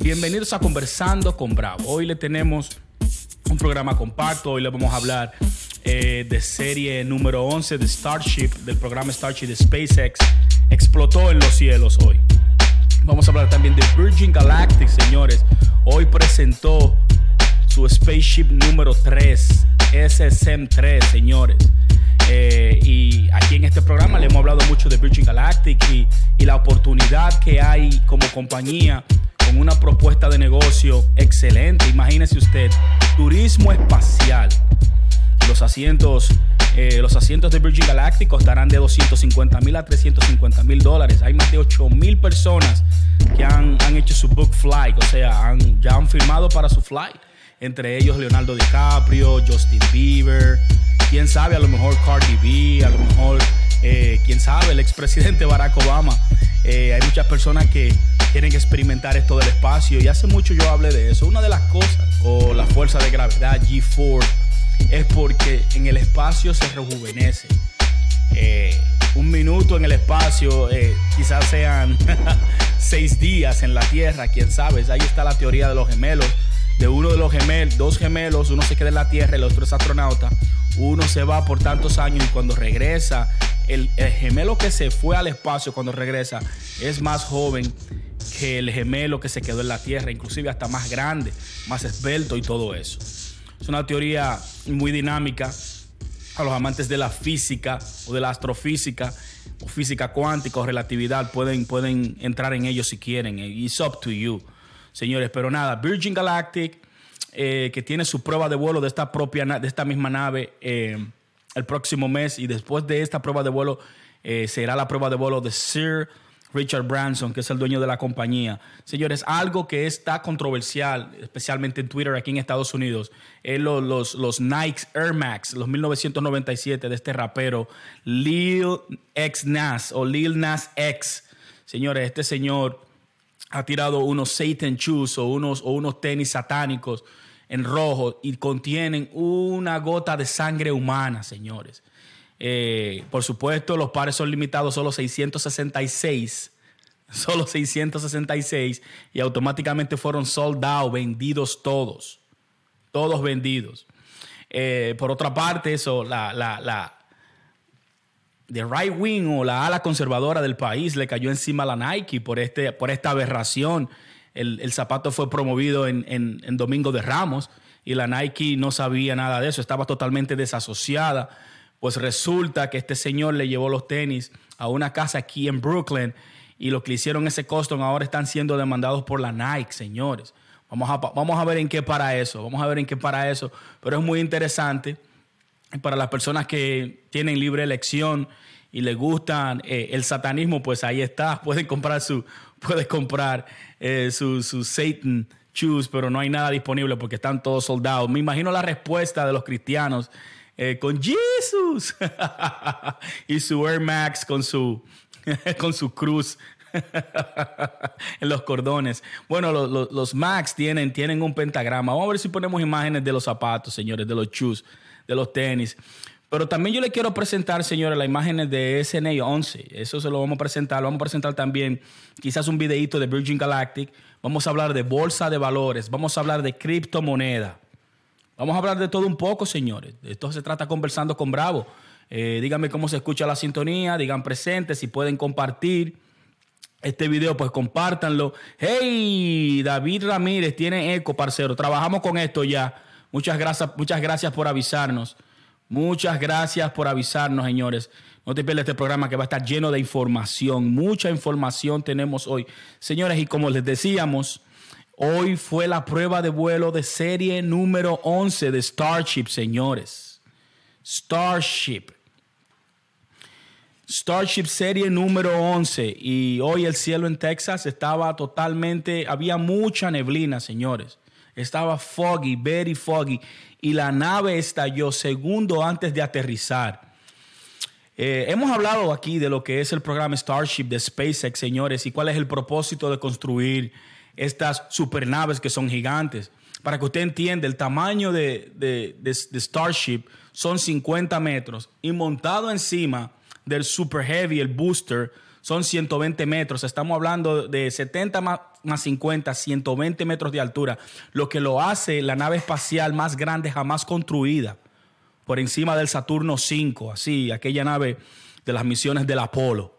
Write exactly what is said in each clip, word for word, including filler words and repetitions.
bienvenidos a Conversando con Bravo. Hoy le tenemos un programa compacto. Hoy le vamos a hablar eh, de serie número once de Starship, del programa Starship de SpaceX. Explotó en los cielos hoy. Vamos a hablar también de Virgin Galactic, señores. Hoy presentó su Spaceship número tres, S S M tres, señores. Eh, y aquí en este programa le hemos hablado mucho de Virgin Galactic y, y la oportunidad que hay como compañía con una propuesta de negocio excelente. Imagínese usted, turismo espacial. Los asientos, eh, los asientos de Virgin Galactic costarán de doscientos cincuenta mil a trescientos cincuenta mil dólares. Hay más de ocho mil personas que han, han hecho su book flight, o sea, han, ya han firmado para su flight. Entre ellos Leonardo DiCaprio, Justin Bieber, quién sabe, a lo mejor Cardi B, a lo mejor, eh, quién sabe, el expresidente Barack Obama. Eh, hay muchas personas que quieren experimentar esto del espacio y hace mucho yo hablé de eso. Una de las cosas, o la fuerza de gravedad G cuatro, es porque en el espacio se rejuvenece. Eh, un minuto en el espacio eh, quizás sean seis días en la Tierra, quién sabe. Ahí está la teoría de los gemelos. De uno de los gemelos, dos gemelos, uno se queda en la Tierra, el otro es astronauta. Uno se va por tantos años y cuando regresa, el, el gemelo que se fue al espacio cuando regresa es más joven que el gemelo que se quedó en la Tierra, inclusive hasta más grande, más esbelto y todo eso. Es una teoría muy dinámica. A los amantes de la física o de la astrofísica o física cuántica o relatividad pueden, pueden entrar en ello si quieren. It's up to you, señores. Pero nada, Virgin Galactic, eh, que tiene su prueba de vuelo de esta, propia, de esta misma nave eh, el próximo mes. Y después de esta prueba de vuelo eh, será la prueba de vuelo de Sir Richard Branson, que es el dueño de la compañía. Señores, algo que está controversial, especialmente en Twitter aquí en Estados Unidos, es los, los, los Nike Air Max, los mil novecientos noventa y siete de este rapero Lil X Nas o Lil Nas X. Señores, este señor ha tirado unos Satan shoes o unos, o unos tenis satánicos en rojo y contienen una gota de sangre humana, señores. Eh, por supuesto, los pares son limitados, solo seiscientos sesenta y seis. Solo seiscientos sesenta y seis. Y automáticamente fueron sold out, vendidos todos. Todos vendidos. Eh, por otra parte, eso, la, la, la the right wing o la ala conservadora del país le cayó encima a la Nike por, este, por esta aberración. El, el zapato fue promovido en, en, en Domingo de Ramos y la Nike no sabía nada de eso. Estaba totalmente desasociada. Pues resulta que este señor le llevó los tenis a una casa aquí en Brooklyn y los que le hicieron ese custom ahora están siendo demandados por la Nike, señores. Vamos a, vamos a ver en qué para eso, vamos a ver en qué para eso. Pero es muy interesante para las personas que tienen libre elección y les gustan eh, el satanismo, pues ahí está. Pueden comprar su, pueden comprar eh, su, su Satan shoes, pero no hay nada disponible porque están todos soldados. Me imagino la respuesta de los cristianos. Eh, con Jesús y su Air Max con su, con su cruz en los cordones. Bueno, los, los, los Max tienen, tienen un pentagrama. Vamos a ver si ponemos imágenes de los zapatos, señores, de los shoes, de los tenis. Pero también yo les quiero presentar, señores, las imágenes de S N A once. Eso se lo vamos a presentar. Lo vamos a presentar también quizás un videíto de Virgin Galactic. Vamos a hablar de bolsa de valores. Vamos a hablar de criptomoneda. Vamos a hablar de todo un poco, señores. Esto se trata Conversando con Bravo. Eh, díganme cómo se escucha la sintonía. Digan presente. Si pueden compartir este video, pues compártanlo. Hey, David Ramírez tiene eco, parcero. Trabajamos con esto ya. Muchas gracias, muchas gracias por avisarnos. Muchas gracias por avisarnos, señores. No te pierdas este programa que va a estar lleno de información. Mucha información tenemos hoy. Señores, y como les decíamos, hoy fue la prueba de vuelo de serie número once de Starship, señores. Starship. Starship serie número once. Y hoy el cielo en Texas estaba totalmente, había mucha neblina, señores. Estaba foggy, very foggy. Y la nave estalló segundo antes de aterrizar. Eh, hemos hablado aquí de lo que es el programa Starship de SpaceX, señores, y cuál es el propósito de construir estas supernaves que son gigantes. Para que usted entienda, el tamaño de, de, de, de Starship son cincuenta metros y montado encima del Super Heavy, el booster, son ciento veinte metros. Estamos hablando de setenta más, más cincuenta, ciento veinte metros de altura, lo que lo hace la nave espacial más grande jamás construida, por encima del Saturno cinco, así, aquella nave de las misiones del Apolo.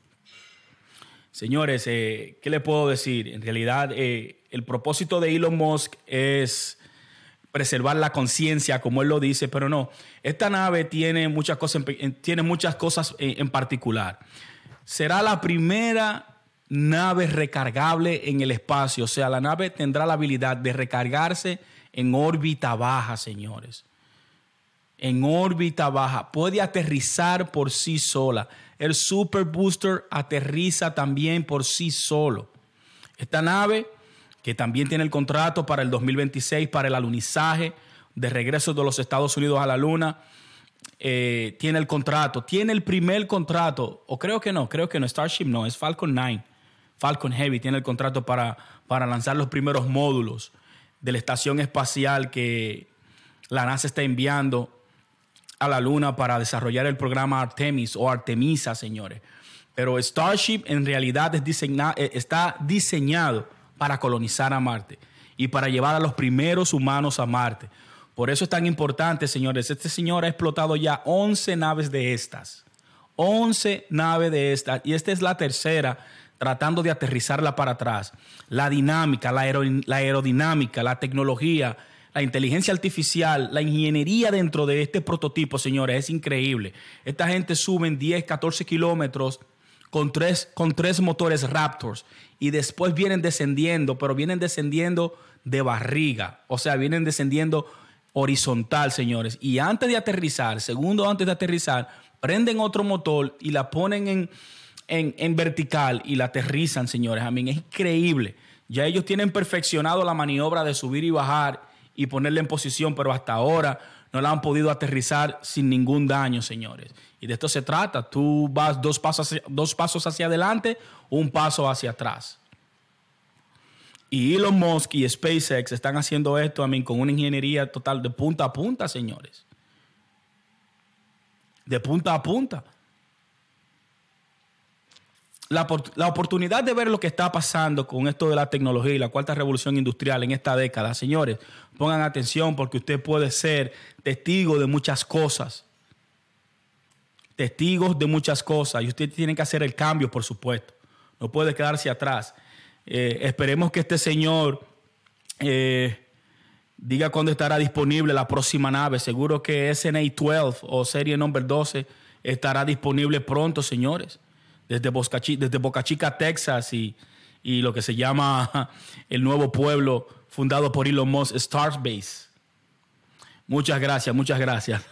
Señores, eh, ¿qué le puedo decir? En realidad, eh, el propósito de Elon Musk es preservar la conciencia, como él lo dice, pero no. Esta nave tiene muchas cosas en, tiene muchas cosas en, en particular. Será la primera nave recargable en el espacio. O sea, la nave tendrá la habilidad de recargarse en órbita baja, señores. En órbita baja. Puede aterrizar por sí sola. El Super Booster aterriza también por sí solo. Esta nave, que también tiene el contrato para el dos mil veintiséis para el alunizaje de regreso de los Estados Unidos a la Luna, eh, tiene el contrato, tiene el primer contrato, o creo que no, creo que no, Starship no, es Falcon nueve, Falcon Heavy tiene el contrato para, para lanzar los primeros módulos de la estación espacial que la NASA está enviando a la Luna para desarrollar el programa Artemis o Artemisa, señores. Pero Starship en realidad es diseña, está diseñado para colonizar a Marte y para llevar a los primeros humanos a Marte. Por eso es tan importante, señores. Este señor ha explotado ya once naves de estas. once naves de estas. Y esta es la tercera, tratando de aterrizarla para atrás. La dinámica, la, aero, la aerodinámica, la tecnología, la inteligencia artificial, la ingeniería dentro de este prototipo, señores, es increíble. Esta gente sube en diez, catorce kilómetros con tres, con tres motores Raptors y después vienen descendiendo, pero vienen descendiendo de barriga. O sea, vienen descendiendo horizontal, señores. Y antes de aterrizar, segundo antes de aterrizar, prenden otro motor y la ponen en, en, en vertical y la aterrizan, señores. A mí es increíble. Ya ellos tienen perfeccionado la maniobra de subir y bajar y ponerla en posición, pero hasta ahora no la han podido aterrizar sin ningún daño, señores. Y de esto se trata. Tú vas dos pasos hacia, dos pasos hacia adelante, un paso hacia atrás. Y Elon Musk y SpaceX están haciendo esto, a mí, con una ingeniería total de punta a punta, señores. De punta a punta. La, la oportunidad de ver lo que está pasando con esto de la tecnología y la cuarta revolución industrial en esta década, señores, pongan atención porque usted puede ser testigo de muchas cosas. Testigos de muchas cosas. Y usted tiene que hacer el cambio, por supuesto. No puede quedarse atrás. Eh, esperemos que este señor eh, diga cuándo estará disponible la próxima nave. Seguro que S N A doce o serie número doce estará disponible pronto, señores. Desde Boca Chica, desde Boca Chica, Texas y, y lo que se llama el nuevo pueblo fundado por Elon Musk, Starbase. Muchas gracias, muchas gracias.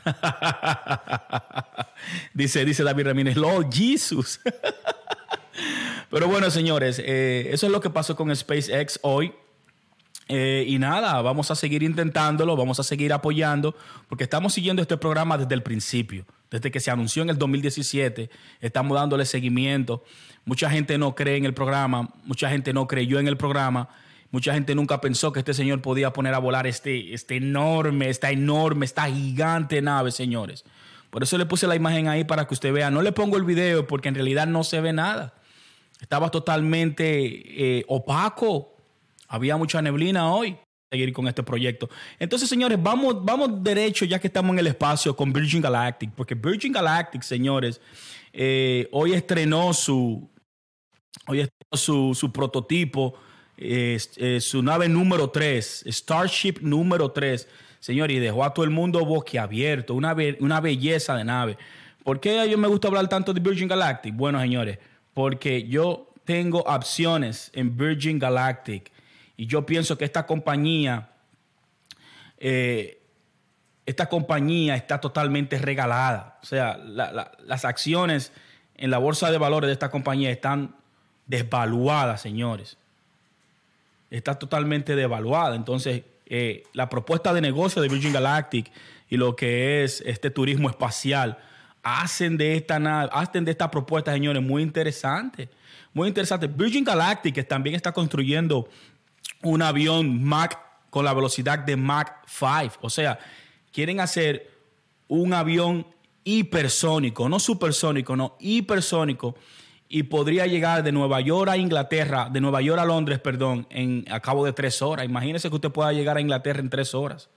dice, dice David Ramírez, Lord Jesus. Pero bueno, señores, eh, eso es lo que pasó con SpaceX hoy. Eh, y nada, vamos a seguir intentándolo, vamos a seguir apoyando, porque estamos siguiendo este programa desde el principio. Desde que se anunció en el dos mil diecisiete, estamos dándole seguimiento. Mucha gente no cree en el programa, mucha gente no creyó en el programa, mucha gente nunca pensó que este señor podía poner a volar este, este enorme, esta enorme, esta gigante nave, señores. Por eso le puse la imagen ahí para que usted vea. No le pongo el video porque en realidad no se ve nada. Estaba totalmente eh, opaco. Había mucha neblina hoy. Seguir con este proyecto. Entonces, señores, vamos, vamos derecho ya que estamos en el espacio con Virgin Galactic, porque Virgin Galactic, señores, eh, hoy estrenó su, hoy estrenó su, su prototipo, eh, eh, su nave número tres, Starship número tres, señores, y dejó a todo el mundo boquiabierto, una, be una belleza de nave. ¿Por qué a mí me gusta hablar tanto de Virgin Galactic? Bueno, señores, porque yo tengo opciones en Virgin Galactic. Y yo pienso que esta compañía, eh, esta compañía está totalmente regalada. O sea, la, la, las acciones en la bolsa de valores de esta compañía están desvaluadas, señores. Está totalmente devaluada. Entonces, eh, la propuesta de negocio de Virgin Galactic y lo que es este turismo espacial hacen de esta, hacen de esta propuesta, señores, muy interesante. Muy interesante. Virgin Galactic también está construyendo un avión Mach con la velocidad de Mach cinco. O sea, quieren hacer un avión hipersónico, no supersónico, no, hipersónico. y podría llegar de Nueva York a Inglaterra, de Nueva York a Londres, perdón, en, a cabo de tres horas. Imagínese que usted pueda llegar a Inglaterra en tres horas.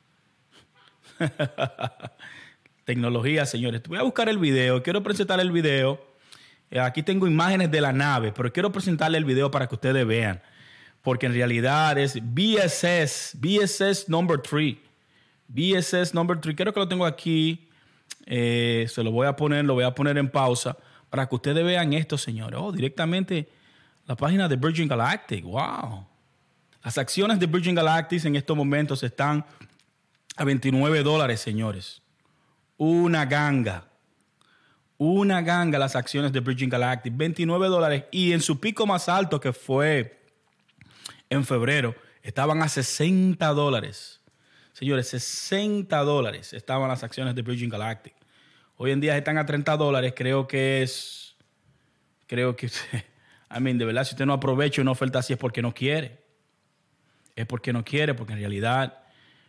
Tecnología, señores. Voy a buscar el video. Quiero presentar el video. Eh, aquí tengo imágenes de la nave, pero quiero presentarle el video para que ustedes vean. Porque en realidad es B S S, B S S number three. B S S number three. Creo que lo tengo aquí. Eh, se lo voy a poner, lo voy a poner en pausa para que ustedes vean esto, señores. Oh, directamente la página de Virgin Galactic. Wow. Las acciones de Virgin Galactic en estos momentos están a veintinueve dólares, señores. Una ganga. Una ganga las acciones de Virgin Galactic. veintinueve dólares. Y en su pico más alto, que fue en febrero, estaban a sesenta dólares. Señores, sesenta dólares estaban las acciones de Virgin Galactic. Hoy en día están a treinta dólares. Creo que es... Creo que... I mean, de verdad, si usted no aprovecha una oferta así es porque no quiere. Es porque no quiere, porque en realidad...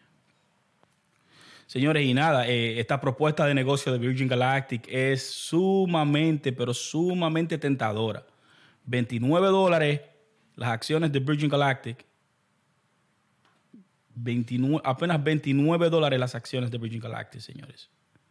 Señores, y nada, eh, esta propuesta de negocio de Virgin Galactic es sumamente, pero sumamente tentadora. veintinueve dólares las acciones de Virgin Galactic. veintinueve, apenas veintinueve dólares las acciones de Virgin Galactic, señores.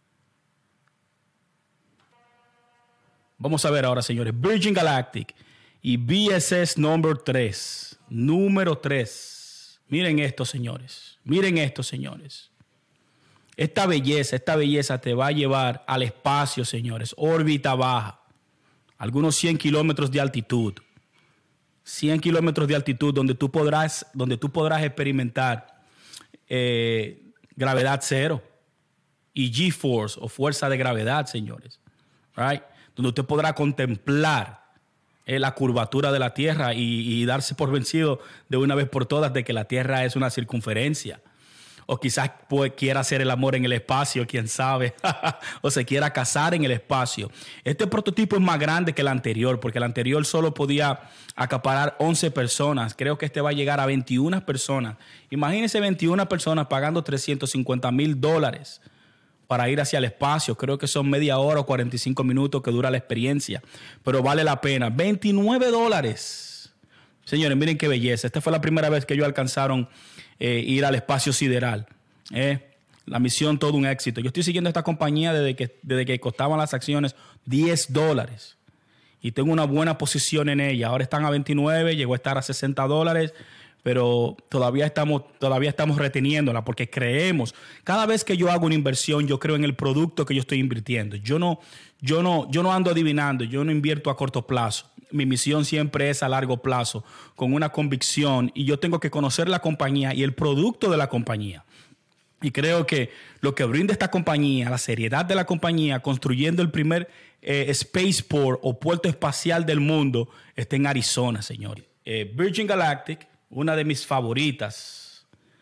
Vamos a ver ahora, señores. Virgin Galactic y B S S number tres. Número tres. Miren esto, señores. Miren esto, señores. Esta belleza, esta belleza te va a llevar al espacio, señores. Órbita baja. Algunos cien kilómetros de altitud. cien kilómetros de altitud donde tú podrás, donde tú podrás experimentar eh, gravedad cero y G-Force o fuerza de gravedad, señores. Right? Donde usted podrá contemplar eh, la curvatura de la Tierra y, y darse por vencido de una vez por todas de que la Tierra es una circunferencia. O quizás pues, quiera hacer el amor en el espacio, quién sabe. O se quiera casar en el espacio. Este prototipo es más grande que el anterior, porque el anterior solo podía acaparar once personas. Creo que este va a llegar a veintiuna personas. Imagínense veintiuna personas pagando trescientos cincuenta mil dólares para ir hacia el espacio. Creo que son media hora o cuarenta y cinco minutos que dura la experiencia. Pero vale la pena. veintinueve dólares. Señores, miren qué belleza. Esta fue la primera vez que ellos alcanzaron eh, ir al espacio sideral. Eh, la misión, todo un éxito. Yo estoy siguiendo esta compañía desde que, desde que costaban las acciones diez dólares. Y tengo una buena posición en ella. Ahora están a veintinueve, llegó a estar a sesenta dólares. Pero todavía estamos, todavía estamos reteniéndola porque creemos. Cada vez que yo hago una inversión, yo creo en el producto que yo estoy invirtiendo. Yo no, yo no, yo no ando adivinando, yo no invierto a corto plazo. Mi misión siempre es a largo plazo, con una convicción, y yo tengo que conocer la compañía y el producto de la compañía. Y creo que lo que brinda esta compañía, la seriedad de la compañía, construyendo el primer eh, spaceport o puerto espacial del mundo, está en Arizona, señores. Eh, Virgin Galactic, una de mis favoritas.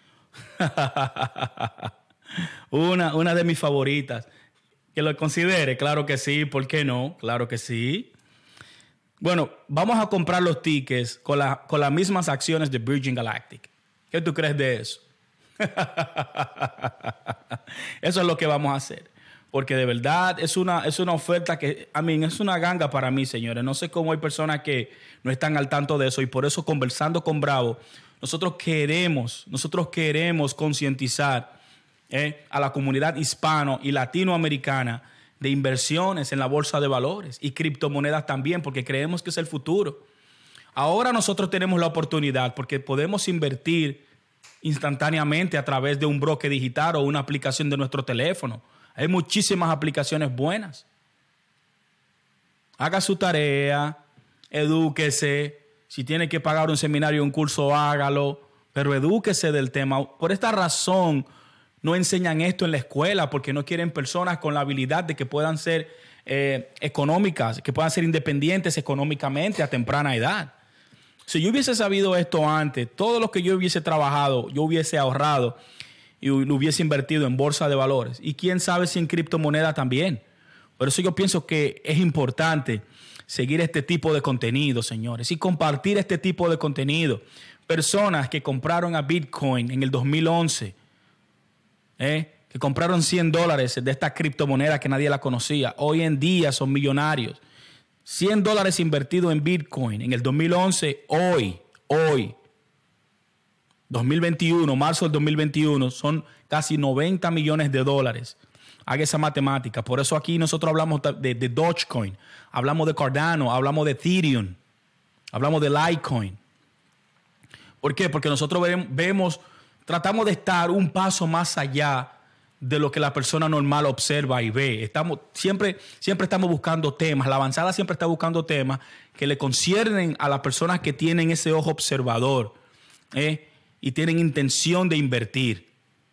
una, una de mis favoritas. Que lo considere, claro que sí. ¿Por qué no? Claro que sí. Bueno, vamos a comprar los tickets con, la, con las mismas acciones de Virgin Galactic. ¿Qué tú crees de eso? Eso es lo que vamos a hacer. Porque de verdad es una, es una oferta que, a mí, es una ganga para mí, señores. No sé cómo hay personas que no están al tanto de eso. Y por eso, conversando con Bravo, nosotros queremos, nosotros queremos concientizar eh, a la comunidad hispano y latinoamericana de inversiones en la bolsa de valores y criptomonedas también, porque creemos que es el futuro. Ahora nosotros tenemos la oportunidad porque podemos invertir instantáneamente a través de un broker digital o una aplicación de nuestro teléfono. Hay muchísimas aplicaciones buenas. Haga su tarea, edúquese. Si tiene que pagar un seminario o un curso, hágalo. Pero edúquese del tema. Por esta razón, no enseñan esto en la escuela, porque no quieren personas con la habilidad de que puedan ser eh, económicas, que puedan ser independientes económicamente a temprana edad. Si yo hubiese sabido esto antes, todo lo que yo hubiese trabajado, yo hubiese ahorrado y lo hubiese invertido en bolsa de valores. Y quién sabe si en criptomonedas también. Por eso yo pienso que es importante seguir este tipo de contenido, señores, y compartir este tipo de contenido. Personas que compraron a Bitcoin en el dos mil once, ¿eh? que compraron cien dólares de esta criptomoneda que nadie la conocía, hoy en día son millonarios. cien dólares invertidos en Bitcoin en el dos mil once, hoy, hoy, dos mil veintiuno, marzo del dos mil veintiuno, son casi noventa millones de dólares. Haga esa matemática. Por eso aquí nosotros hablamos de, de Dogecoin, hablamos de Cardano, hablamos de Ethereum, hablamos de Litecoin. ¿Por qué? Porque nosotros vemos, tratamos de estar un paso más allá de lo que la persona normal observa y ve. Estamos, siempre, siempre estamos buscando temas. La avanzada siempre está buscando temas que le conciernen a las personas que tienen ese ojo observador, ¿eh? Y tienen intención de invertir.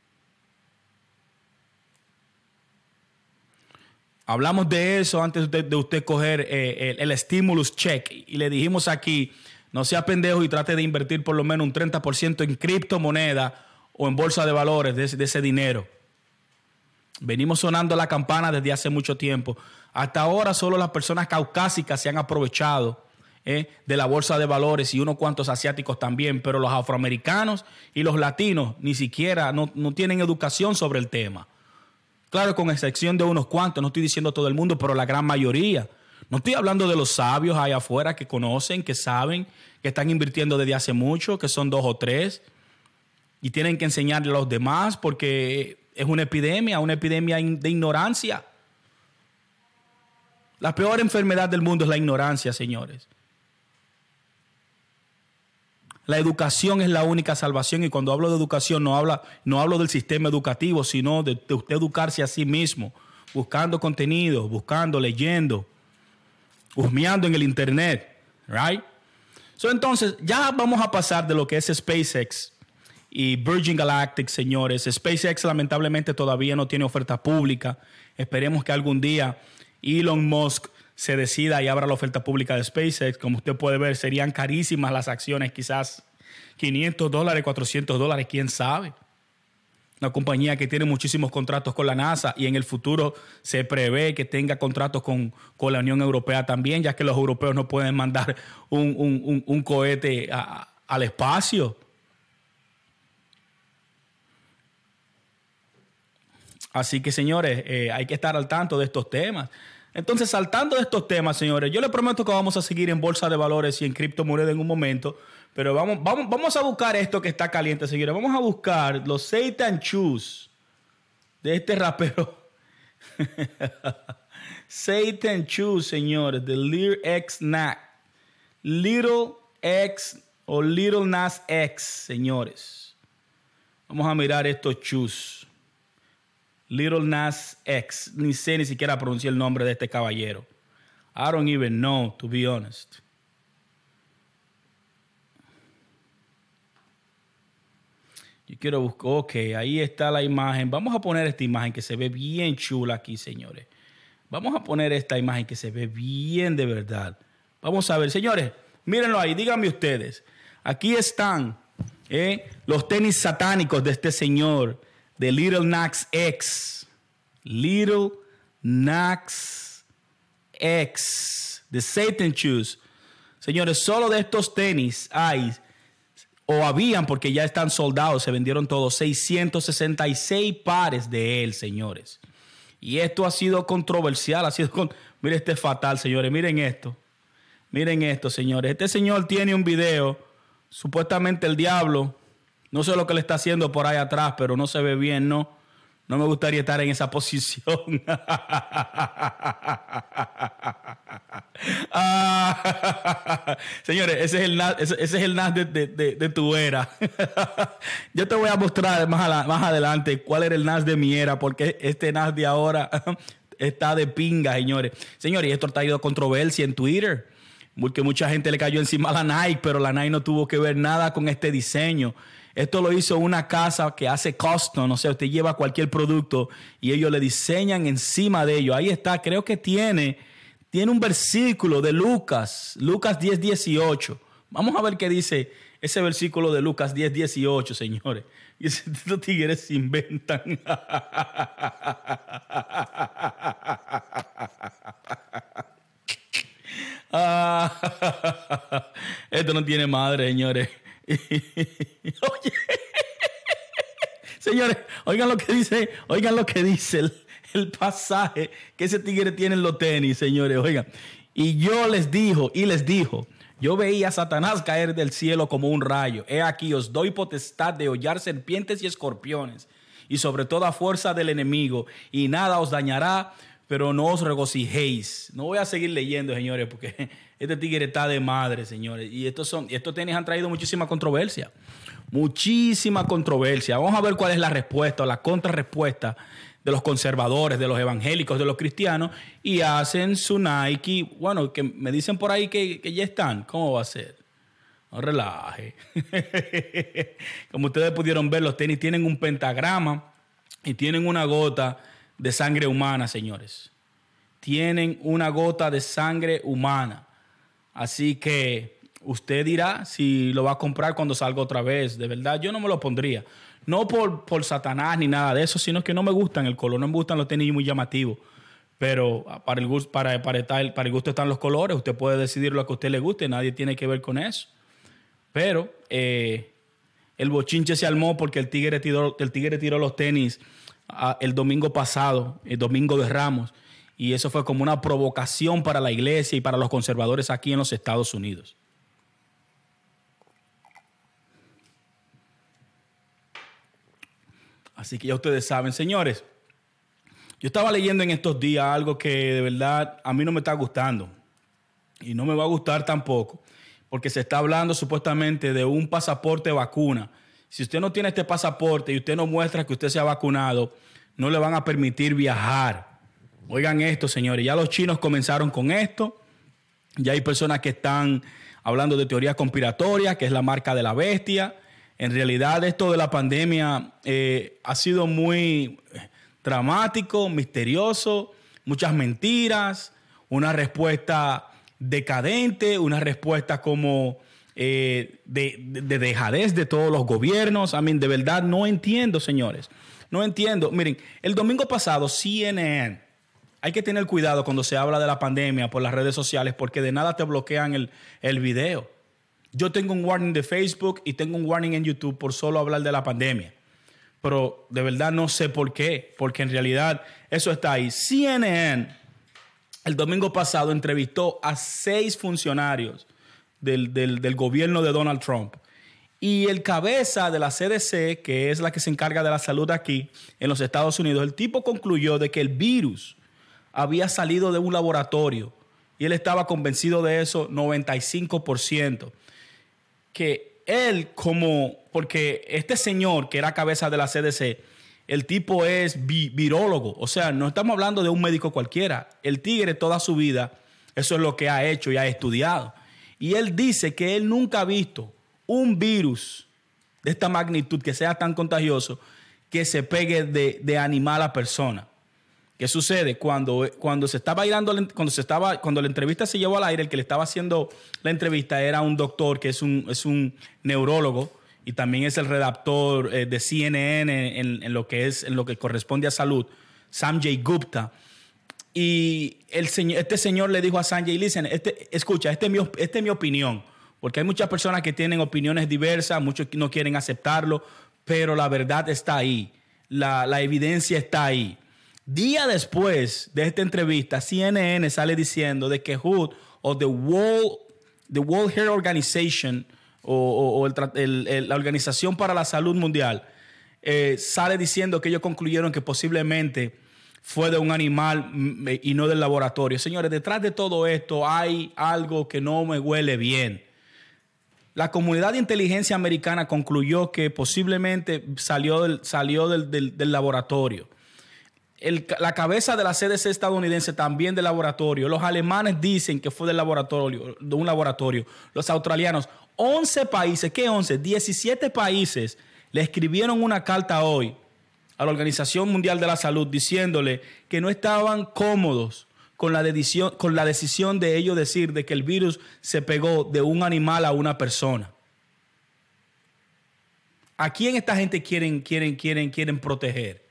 Hablamos de eso antes de, de usted coger eh, el, el stimulus check y le dijimos aquí, no sea pendejo y trate de invertir por lo menos un treinta por ciento en criptomoneda o en bolsa de valores de ese, de ese dinero. Venimos sonando la campana desde hace mucho tiempo. Hasta ahora solo las personas caucásicas se han aprovechado eh, de la bolsa de valores y unos cuantos asiáticos también, pero los afroamericanos y los latinos ni siquiera no, no tienen educación sobre el tema. Claro, con excepción de unos cuantos, no estoy diciendo todo el mundo, pero la gran mayoría. No estoy hablando de los sabios allá afuera que conocen, que saben, que están invirtiendo desde hace mucho, que son dos o tres, y tienen que enseñarle a los demás porque es una epidemia, una epidemia de ignorancia. La peor enfermedad del mundo es la ignorancia, señores. La educación es la única salvación, y cuando hablo de educación no, habla, no hablo del sistema educativo, sino de, de usted educarse a sí mismo, buscando contenido, buscando, leyendo, husmeando en el internet, right? So, entonces, ya vamos a pasar de lo que es SpaceX y Virgin Galactic, señores. SpaceX lamentablemente todavía no tiene oferta pública. Esperemos que algún día Elon Musk se decida y abra la oferta pública de SpaceX. Como usted puede ver, serían carísimas las acciones, quizás quinientos dólares, cuatrocientos dólares, quién sabe. Una compañía que tiene muchísimos contratos con la NASA y en el futuro se prevé que tenga contratos con, con la Unión Europea también, ya que los europeos no pueden mandar un, un, un, un cohete a, al espacio. Así que, señores, eh, hay que estar al tanto de estos temas. Entonces, saltando de estos temas, señores, yo les prometo que vamos a seguir en bolsa de valores y en criptomonedas en un momento, pero vamos, vamos, vamos a buscar esto que está caliente, señores. Vamos a buscar los Satan Shoes de este rapero. Satan Shoes, señores, de Lil X Nas. Little X o Little Nas X, señores. Vamos a mirar estos shoes. Little Nas X. Ni sé ni siquiera pronunciar el nombre de este caballero. I don't even know, to be honest. Yo quiero buscar. Ok, ahí está la imagen. Vamos a poner esta imagen que se ve bien chula aquí, señores. Vamos a poner esta imagen que se ve bien de verdad. Vamos a ver, señores. Mírenlo ahí, díganme ustedes. Aquí están eh, los tenis satánicos de este señor, de Little Nas X. Little Nas X. The Satan Shoes. Señores, solo de estos tenis hay, o habían, porque ya están soldados, se vendieron todos, seiscientos sesenta y seis pares de él, señores. Y esto ha sido controversial. Ha sido con... Miren, este es fatal, señores. Miren esto. Miren esto, señores. Este señor tiene un video. Supuestamente el diablo. No sé lo que le está haciendo por ahí atrás, pero no se ve bien, ¿no? No me gustaría estar en esa posición. ah, señores, ese es el Nas, ese, ese es el Nas de, de, de, de tu era. Yo te voy a mostrar más, a la, más adelante cuál era el Nas de mi era, porque este Nas de ahora está de pinga, señores. Señores, y esto ha traído controversia en Twitter, porque mucha gente le cayó encima a la Nike, pero la Nike no tuvo que ver nada con este diseño. Esto lo hizo una casa que hace custom, o sea, usted lleva cualquier producto y ellos le diseñan encima de ello. Ahí está, creo que tiene, tiene un versículo de Lucas, Lucas diez dieciocho. Vamos a ver qué dice ese versículo de Lucas diez dieciocho, señores. Y estos tigres se inventan. Ah, esto no tiene madre, señores. Oye, señores, oigan lo que dice, oigan lo que dice el, el pasaje que ese tigre tiene en los tenis, señores, oigan. Y yo les dijo, y les dijo, yo veía a Satanás caer del cielo como un rayo. He aquí os doy potestad de hollar serpientes y escorpiones, y sobre toda fuerza del enemigo, y nada os dañará, pero no os regocijéis. No voy a seguir leyendo, señores, porque este tigre está de madre, señores. Y estos, son, estos tenis han traído muchísima controversia. Muchísima controversia. Vamos a ver cuál es la respuesta o la contrarrespuesta de los conservadores, de los evangélicos, de los cristianos, y hacen su Nike. Bueno, que me dicen por ahí que, que ya están. ¿Cómo va a ser? No relaje. Como ustedes pudieron ver, los tenis tienen un pentagrama y tienen una gota de sangre humana, señores. Tienen una gota de sangre humana. Así que usted dirá si lo va a comprar cuando salga otra vez. De verdad, yo no me lo pondría. No por, por Satanás ni nada de eso, sino que no me gustan el color. No me gustan los tenis muy llamativos. Pero para el, gusto, para, para, estar, para el gusto están los colores. Usted puede decidir lo que a usted le guste. Nadie tiene que ver con eso. Pero eh, el bochinche se armó porque el tigre tiró, el tigre tiró los tenis uh, el domingo pasado, el domingo de Ramos. Y eso fue como una provocación para la iglesia y para los conservadores aquí en los Estados Unidos. Así que ya ustedes saben, señores. Yo estaba leyendo en estos días algo que de verdad a mí no me está gustando. Y no me va a gustar tampoco. Porque se está hablando supuestamente de un pasaporte vacuna. Si usted no tiene este pasaporte y usted no muestra que usted se ha vacunado, no le van a permitir viajar. Oigan esto, señores. Ya los chinos comenzaron con esto. Ya hay personas que están hablando de teoría conspiratoria, que es la marca de la bestia. En realidad, esto de la pandemia eh, ha sido muy dramático, misterioso, muchas mentiras, una respuesta decadente, una respuesta como eh, de, de, de dejadez de todos los gobiernos. I mean, de verdad no entiendo, señores. No entiendo. Miren, el domingo pasado C N N, hay que tener cuidado cuando se habla de la pandemia por las redes sociales porque de nada te bloquean el, el video. Yo tengo un warning de Facebook y tengo un warning en YouTube por solo hablar de la pandemia. Pero de verdad no sé por qué, porque en realidad eso está ahí. C N N el domingo pasado entrevistó a seis funcionarios del, del, del gobierno de Donald Trump. Y el cabeza de la C D C, que es la que se encarga de la salud aquí en los Estados Unidos, el tipo concluyó de que el virus había salido de un laboratorio. Y él estaba convencido de eso noventa y cinco por ciento. Que él como, porque este señor que era cabeza de la C D C, el tipo es vi, virólogo, o sea, no estamos hablando de un médico cualquiera. El tigre toda su vida, eso es lo que ha hecho y ha estudiado. Y él dice que él nunca ha visto un virus de esta magnitud que sea tan contagioso que se pegue de, de animal a persona. ¿Qué sucede? Cuando, cuando se estaba dando, cuando se estaba, cuando la entrevista se llevó al aire, el que le estaba haciendo la entrevista era un doctor que es un, es un neurólogo y también es el redactor eh, de C N N en, en, en lo que es, en lo que corresponde a salud, Sanjay Gupta. Y el señor, este señor le dijo a Sanjay, listen, este, escucha, esta es mi, este es mi opinión, porque hay muchas personas que tienen opiniones diversas, muchos no quieren aceptarlo, pero la verdad está ahí, la, la evidencia está ahí. Día después de esta entrevista, C N N sale diciendo de que W H O o the World, the World Health Organization o, o, o el, el, el, la Organización para la Salud Mundial eh, sale diciendo que ellos concluyeron que posiblemente fue de un animal y no del laboratorio. Señores, detrás de todo esto hay algo que no me huele bien. La comunidad de inteligencia americana concluyó que posiblemente salió del, salió del, del, del laboratorio. El, la cabeza de la C D C estadounidense también del laboratorio. Los alemanes dicen que fue del laboratorio, de un laboratorio. Los australianos, once países, ¿qué once? diecisiete países le escribieron una carta hoy a la Organización Mundial de la Salud diciéndole que no estaban cómodos con la decisión, con la decisión de ellos decir de que el virus se pegó de un animal a una persona. ¿A quién esta gente quieren, quieren, quieren, quieren proteger?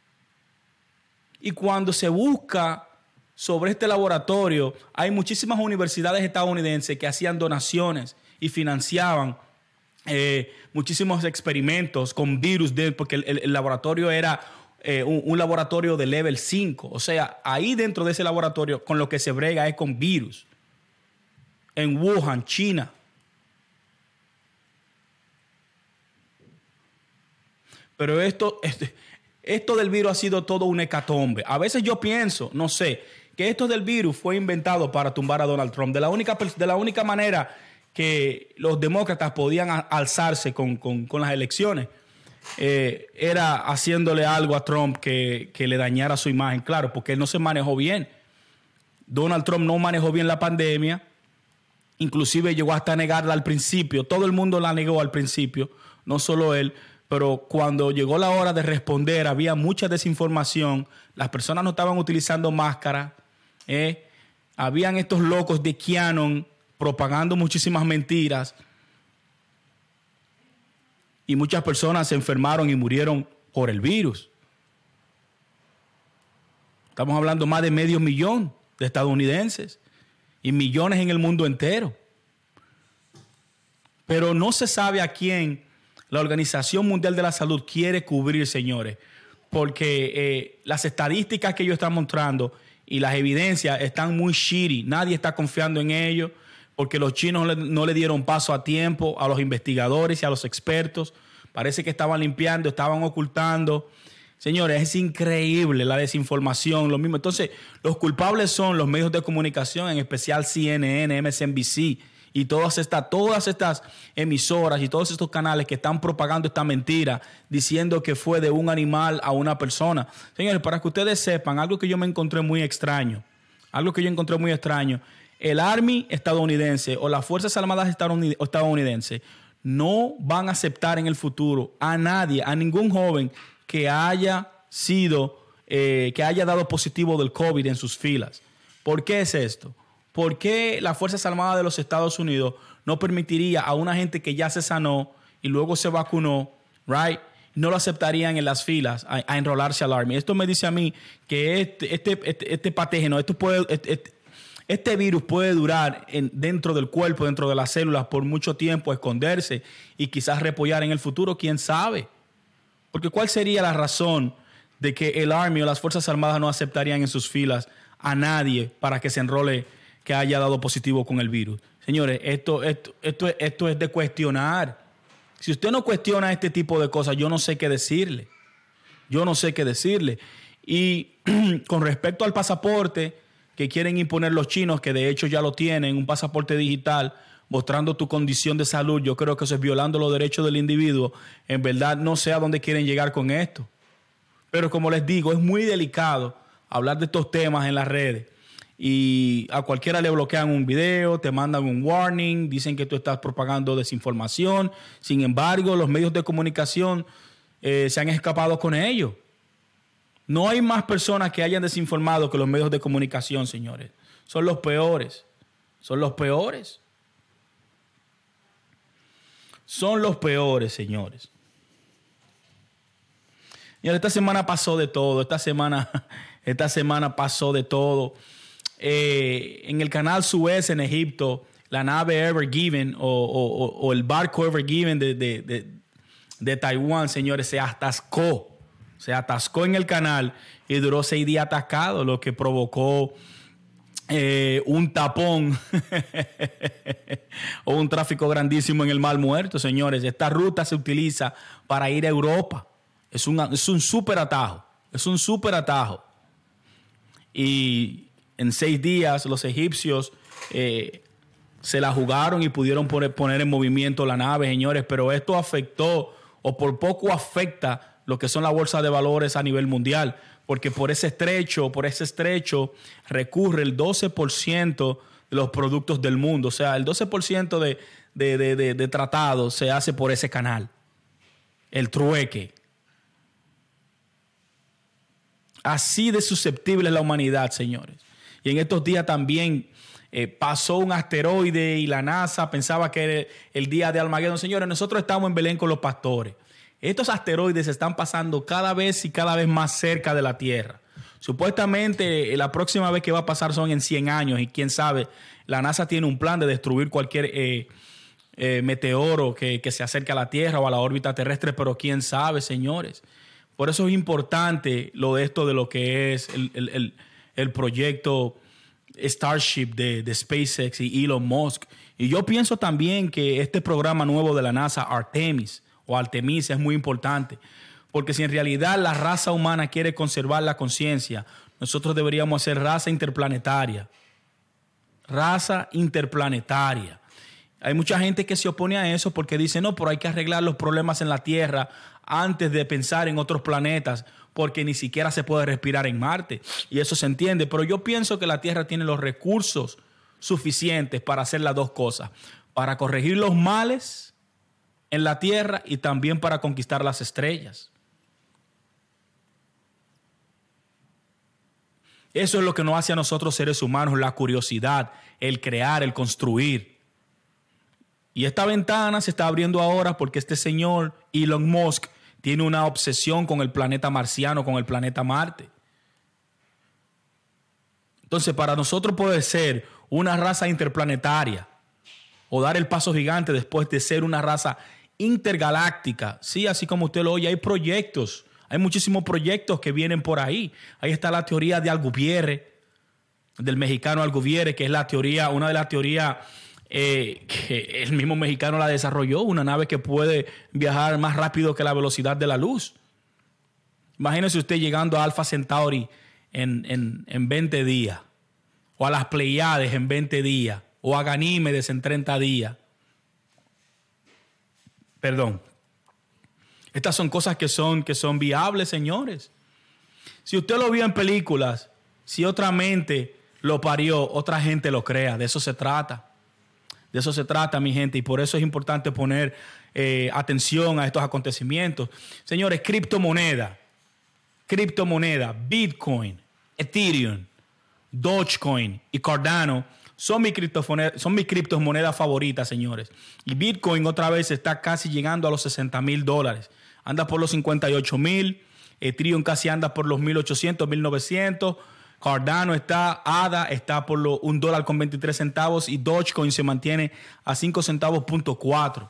Y cuando se busca sobre este laboratorio, hay muchísimas universidades estadounidenses que hacían donaciones y financiaban eh, muchísimos experimentos con virus, de, porque el, el, el laboratorio era eh, un, un laboratorio de level cinco. O sea, ahí dentro de ese laboratorio con lo que se brega es con virus. en Wuhan, China. Pero esto, este, esto del virus ha sido todo un hecatombe. A veces yo pienso, no sé, que esto del virus fue inventado para tumbar a Donald Trump. De la única, de la única manera que los demócratas podían alzarse con, con, con las elecciones eh, era haciéndole algo a Trump que, que le dañara su imagen. Claro, porque él no se manejó bien. Donald Trump no manejó bien la pandemia. Inclusive llegó hasta negarla al principio. Todo el mundo la negó al principio, no solo él. Pero cuando llegó la hora de responder, había mucha desinformación. Las personas no estaban utilizando máscara. ¿eh? Habían estos locos de QAnon propagando muchísimas mentiras. Y muchas personas se enfermaron y murieron por el virus. Estamos hablando más de medio millón de estadounidenses y millones en el mundo entero. Pero no se sabe a quién la Organización Mundial de la Salud quiere cubrir, señores, porque eh, las estadísticas que ellos están mostrando y las evidencias están muy shitty. Nadie está confiando en ellos porque los chinos no le, no le dieron paso a tiempo a los investigadores y a los expertos. Parece que estaban limpiando, estaban ocultando. Señores, es increíble la desinformación, lo mismo. Entonces, los culpables son los medios de comunicación, en especial C N N, M S N B C, y todas estas, todas estas emisoras y todos estos canales que están propagando esta mentira, diciendo que fue de un animal a una persona. Señores, para que ustedes sepan, algo que yo me encontré muy extraño, algo que yo encontré muy extraño, el Army estadounidense o las Fuerzas Armadas estadounidenses no van a aceptar en el futuro a nadie, a ningún joven que haya sido, eh, que haya dado positivo del COVID en sus filas. ¿Por qué es esto? ¿Por qué las Fuerzas Armadas de los Estados Unidos no permitiría a una gente que ya se sanó y luego se vacunó, right? No lo aceptarían en las filas a, a enrolarse al Army? Esto me dice a mí que este, este, este, este patógeno, esto puede, este, este, este virus puede durar en, dentro del cuerpo, dentro de las células por mucho tiempo, esconderse y quizás repollar en el futuro, quién sabe. Porque ¿cuál sería la razón de que el Army o las Fuerzas Armadas no aceptarían en sus filas a nadie para que se enrole que haya dado positivo con el virus? Señores, esto, esto, esto, esto es de cuestionar. Si usted no cuestiona este tipo de cosas, yo no sé qué decirle. Yo no sé qué decirle. Y con respecto al pasaporte que quieren imponer los chinos, que de hecho ya lo tienen, un pasaporte digital mostrando tu condición de salud, yo creo que eso es violando los derechos del individuo. En verdad no sé a dónde quieren llegar con esto. Pero como les digo, es muy delicado hablar de estos temas en las redes. Y a cualquiera le bloquean un video, te mandan un warning, dicen que tú estás propagando desinformación. Sin embargo, los medios de comunicación eh, se han escapado con ello. No hay más personas que hayan desinformado que los medios de comunicación, señores. Son los peores. Son los peores. Son los peores, señores. Y esta semana pasó de todo. Esta semana, esta semana pasó de todo. Eh, en el canal Suez en Egipto, la nave Ever Given o, o, o el barco Ever Given de, de, de, de Taiwán, señores, se atascó. Se atascó en el canal y duró seis días atascado, lo que provocó eh, un tapón o un tráfico grandísimo en el Mar Muerto, señores. Esta ruta se utiliza para ir a Europa. Es, una, es un súper atajo. Es un súper atajo. Y en seis días los egipcios eh, se la jugaron y pudieron poner, poner en movimiento la nave, señores. Pero esto afectó, o por poco afecta, lo que son las bolsas de valores a nivel mundial. Porque por ese estrecho, por ese estrecho recurre el doce por ciento de los productos del mundo. O sea, el doce por ciento de, de, de, de, de tratados se hace por ese canal. El trueque. Así de susceptible es la humanidad, señores. Y en estos días también eh, pasó un asteroide y la NASA pensaba que era el día de Armagedón. Señores, nosotros estamos en Belén con los pastores. Estos asteroides están pasando cada vez y cada vez más cerca de la Tierra. Supuestamente la próxima vez que va a pasar son en cien años y quién sabe, la NASA tiene un plan de destruir cualquier eh, eh, meteoro que, que se acerque a la Tierra o a la órbita terrestre, pero quién sabe, señores. Por eso es importante lo de esto de lo que es el, el, el, el proyecto Starship de, de SpaceX y Elon Musk. Y yo pienso también que este programa nuevo de la NASA, Artemis o Artemis, es muy importante. Porque si en realidad la raza humana quiere conservar la conciencia, nosotros deberíamos hacer raza interplanetaria. Raza interplanetaria. Hay mucha gente que se opone a eso porque dice, no, pero hay que arreglar los problemas en la Tierra antes de pensar en otros planetas, porque ni siquiera se puede respirar en Marte. Y eso se entiende. Pero yo pienso que la Tierra tiene los recursos suficientes para hacer las dos cosas. Para corregir los males en la Tierra y también para conquistar las estrellas. Eso es lo que nos hace a nosotros seres humanos, la curiosidad, el crear, el construir. Y esta ventana se está abriendo ahora porque este señor Elon Musk tiene una obsesión con el planeta marciano, con el planeta Marte. Entonces, para nosotros poder ser una raza interplanetaria o dar el paso gigante después de ser una raza intergaláctica, sí, así como usted lo oye, hay proyectos, hay muchísimos proyectos que vienen por ahí. Ahí está la teoría de Alcubierre, del mexicano Alcubierre, que es la teoría, una de las teorías Eh, que el mismo mexicano la desarrolló, una nave que puede viajar más rápido que la velocidad de la luz. Imagínese usted llegando a Alpha Centauri en, en, en veinte días, o a las Pleiades en veinte días, o a Ganímedes en treinta días. Perdón. Estas son cosas que son, que son viables, señores. Si usted lo vio en películas, si otra mente lo parió, otra gente lo crea. De eso se trata. De eso se trata, mi gente, y por eso es importante poner eh, atención a estos acontecimientos. Señores, criptomoneda, criptomoneda, Bitcoin, Ethereum, Dogecoin y Cardano son mis criptomonedas, son mis criptomonedas favoritas, señores. Y Bitcoin otra vez está casi llegando a los sesenta mil dólares. Anda por los cincuenta y ocho mil. Ethereum casi anda por los mil ochocientos, mil novecientos. Cardano está, A D A está por lo, un dólar con veintitrés centavos y Dogecoin se mantiene a cinco centavos punto cuatro.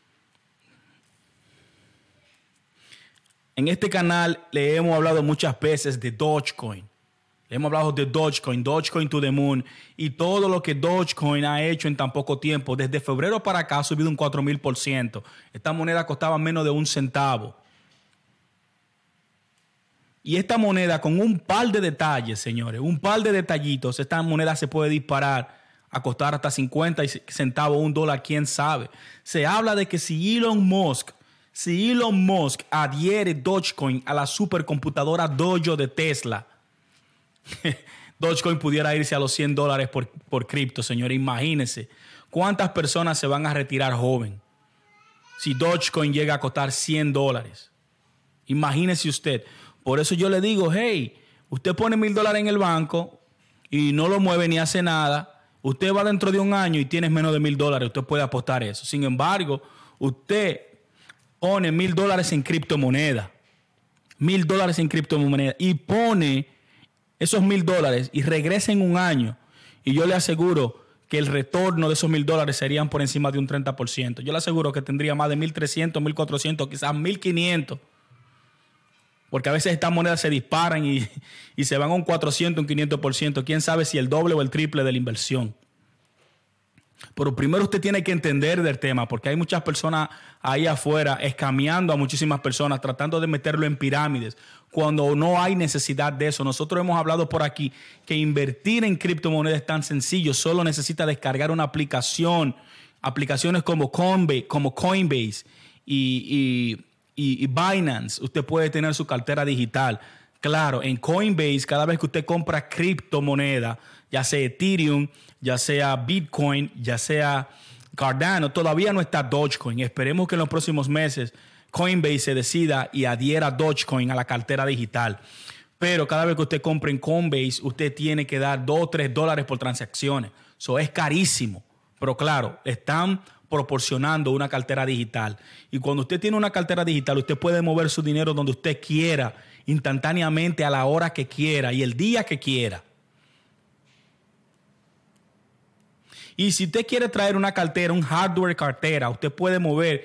En este canal le hemos hablado muchas veces de Dogecoin. Le hemos hablado de Dogecoin, Dogecoin to the moon y todo lo que Dogecoin ha hecho en tan poco tiempo. Desde febrero para acá ha subido un cuatro mil por ciento. Esta moneda costaba menos de un centavo. Y esta moneda, con un par de detalles, señores, un par de detallitos, esta moneda se puede disparar a costar hasta cincuenta centavos, un dólar, quién sabe. Se habla de que si Elon Musk, si Elon Musk adhiere Dogecoin a la supercomputadora Dojo de Tesla, Dogecoin pudiera irse a los cien dólares por, por cripto, señores. Imagínense cuántas personas se van a retirar joven si Dogecoin llega a costar cien dólares. Imagínese usted. Por eso yo le digo, hey, usted pone mil dólares en el banco y no lo mueve ni hace nada. Usted va dentro de un año y tiene menos de mil dólares. Usted puede apostar eso. Sin embargo, usted pone mil dólares en criptomoneda. Mil dólares en criptomoneda. Y pone esos mil dólares y regresa en un año. Y yo le aseguro que el retorno de esos mil dólares serían por encima de un treinta por ciento. Yo le aseguro que tendría más de mil trescientos, mil cuatrocientos, quizás mil quinientos. Porque a veces estas monedas se disparan y, y se van a un cuatrocientos, un quinientos por ciento. Quién sabe si el doble o el triple de la inversión. Pero primero usted tiene que entender del tema, porque hay muchas personas ahí afuera escameando a muchísimas personas, tratando de meterlo en pirámides, cuando no hay necesidad de eso. Nosotros hemos hablado por aquí que invertir en criptomonedas es tan sencillo. Solo necesita descargar una aplicación, aplicaciones como Coinbase, como Coinbase y... y Y, y Binance. Usted puede tener su cartera digital. Claro, en Coinbase, cada vez que usted compra criptomoneda, ya sea Ethereum, ya sea Bitcoin, ya sea Cardano, todavía no está Dogecoin. Esperemos que en los próximos meses Coinbase se decida y adhiera Dogecoin a la cartera digital. Pero cada vez que usted compre en Coinbase, usted tiene que dar dos o tres dólares por transacciones. Eso es carísimo. Pero claro, están proporcionando una cartera digital. Y cuando usted tiene una cartera digital, usted puede mover su dinero donde usted quiera, instantáneamente, a la hora que quiera y el día que quiera. Y si usted quiere traer una cartera, un hardware cartera, usted puede mover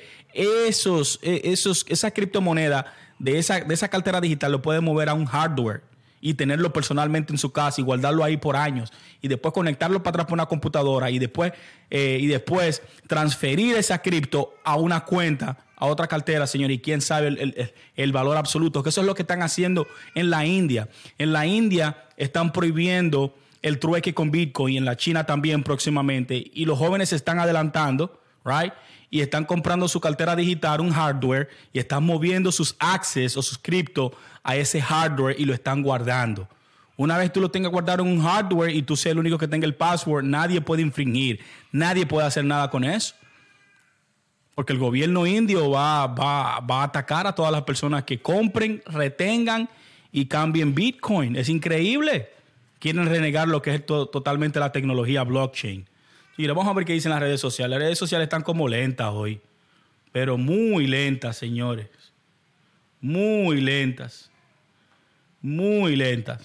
esos, esos, esa criptomoneda de esa, de esa cartera digital, lo puede mover a un hardware y tenerlo personalmente en su casa y guardarlo ahí por años y después conectarlo para atrás por una computadora y después, eh, y después transferir esa cripto a una cuenta, a otra cartera, señor, y quién sabe el, el, el valor absoluto, que eso es lo que están haciendo en la India. En la India están prohibiendo el trueque con Bitcoin, en la China también próximamente, y los jóvenes se están adelantando, right? Y están comprando su cartera digital, un hardware, y están moviendo sus access o sus cripto a ese hardware y lo están guardando. Una vez tú lo tengas guardado en un hardware y tú seas el único que tenga el password, nadie puede infringir, nadie puede hacer nada con eso. Porque el gobierno indio va, va, va a atacar a todas las personas que compren, retengan y cambien Bitcoin. Es increíble. Quieren renegar lo que es to- totalmente la tecnología blockchain. Y vamos a ver qué dicen las redes sociales. Las redes sociales están como lentas hoy. Pero muy lentas, señores. Muy lentas. Muy lentas.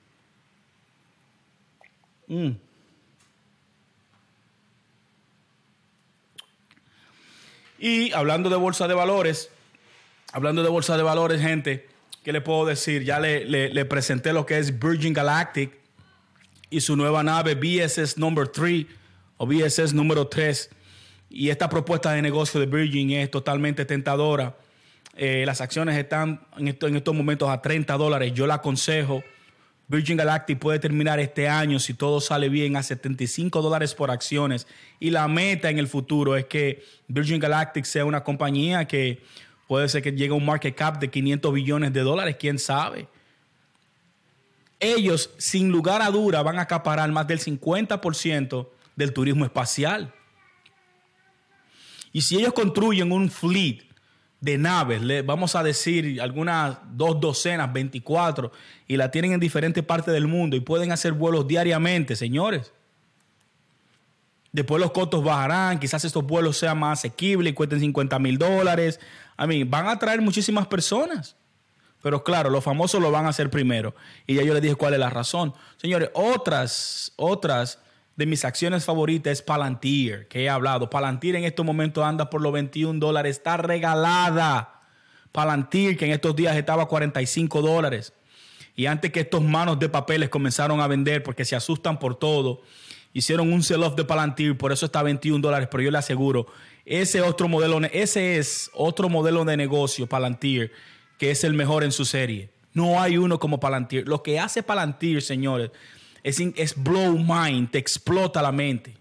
Mm. Y hablando de bolsa de valores, hablando de bolsa de valores, gente, ¿qué le puedo decir? Ya le, le, le presenté lo que es Virgin Galactic y su nueva nave V S S number tres o V S S número tres. Y esta propuesta de negocio de Virgin es totalmente tentadora. Eh, las acciones están en, esto, en estos momentos a treinta dólares. Yo la aconsejo. Virgin Galactic puede terminar este año, si todo sale bien, a setenta y cinco dólares por acciones. Y la meta en el futuro es que Virgin Galactic sea una compañía que puede ser que llegue a un market cap de quinientos billones de dólares. ¿Quién sabe? Ellos, sin lugar a duda, van a acaparar más del cincuenta por ciento del turismo espacial. Y si ellos construyen un fleet de naves, le vamos a decir algunas dos docenas, veinticuatro, y la tienen en diferentes partes del mundo y pueden hacer vuelos diariamente, señores. Después los costos bajarán, quizás estos vuelos sean más asequibles y cuesten cincuenta mil dólares. A mí, van a atraer muchísimas personas. Pero claro, los famosos lo van a hacer primero. Y ya yo les dije cuál es la razón. Señores, otras, otras de mis acciones favoritas es Palantir, que he hablado. Palantir en estos momentos anda por los veintiún dólares. Está regalada. Palantir, que en estos días estaba a cuarenta y cinco dólares. Y antes que estos manos de papeles comenzaron a vender porque se asustan por todo, hicieron un sell-off de Palantir, por eso está a veintiún dólares. Pero yo le aseguro, ese, otro modelo, ese es otro modelo de negocio, Palantir, que es el mejor en su serie. No hay uno como Palantir. Lo que hace Palantir, señores, es, es blow mind, te explota la mente.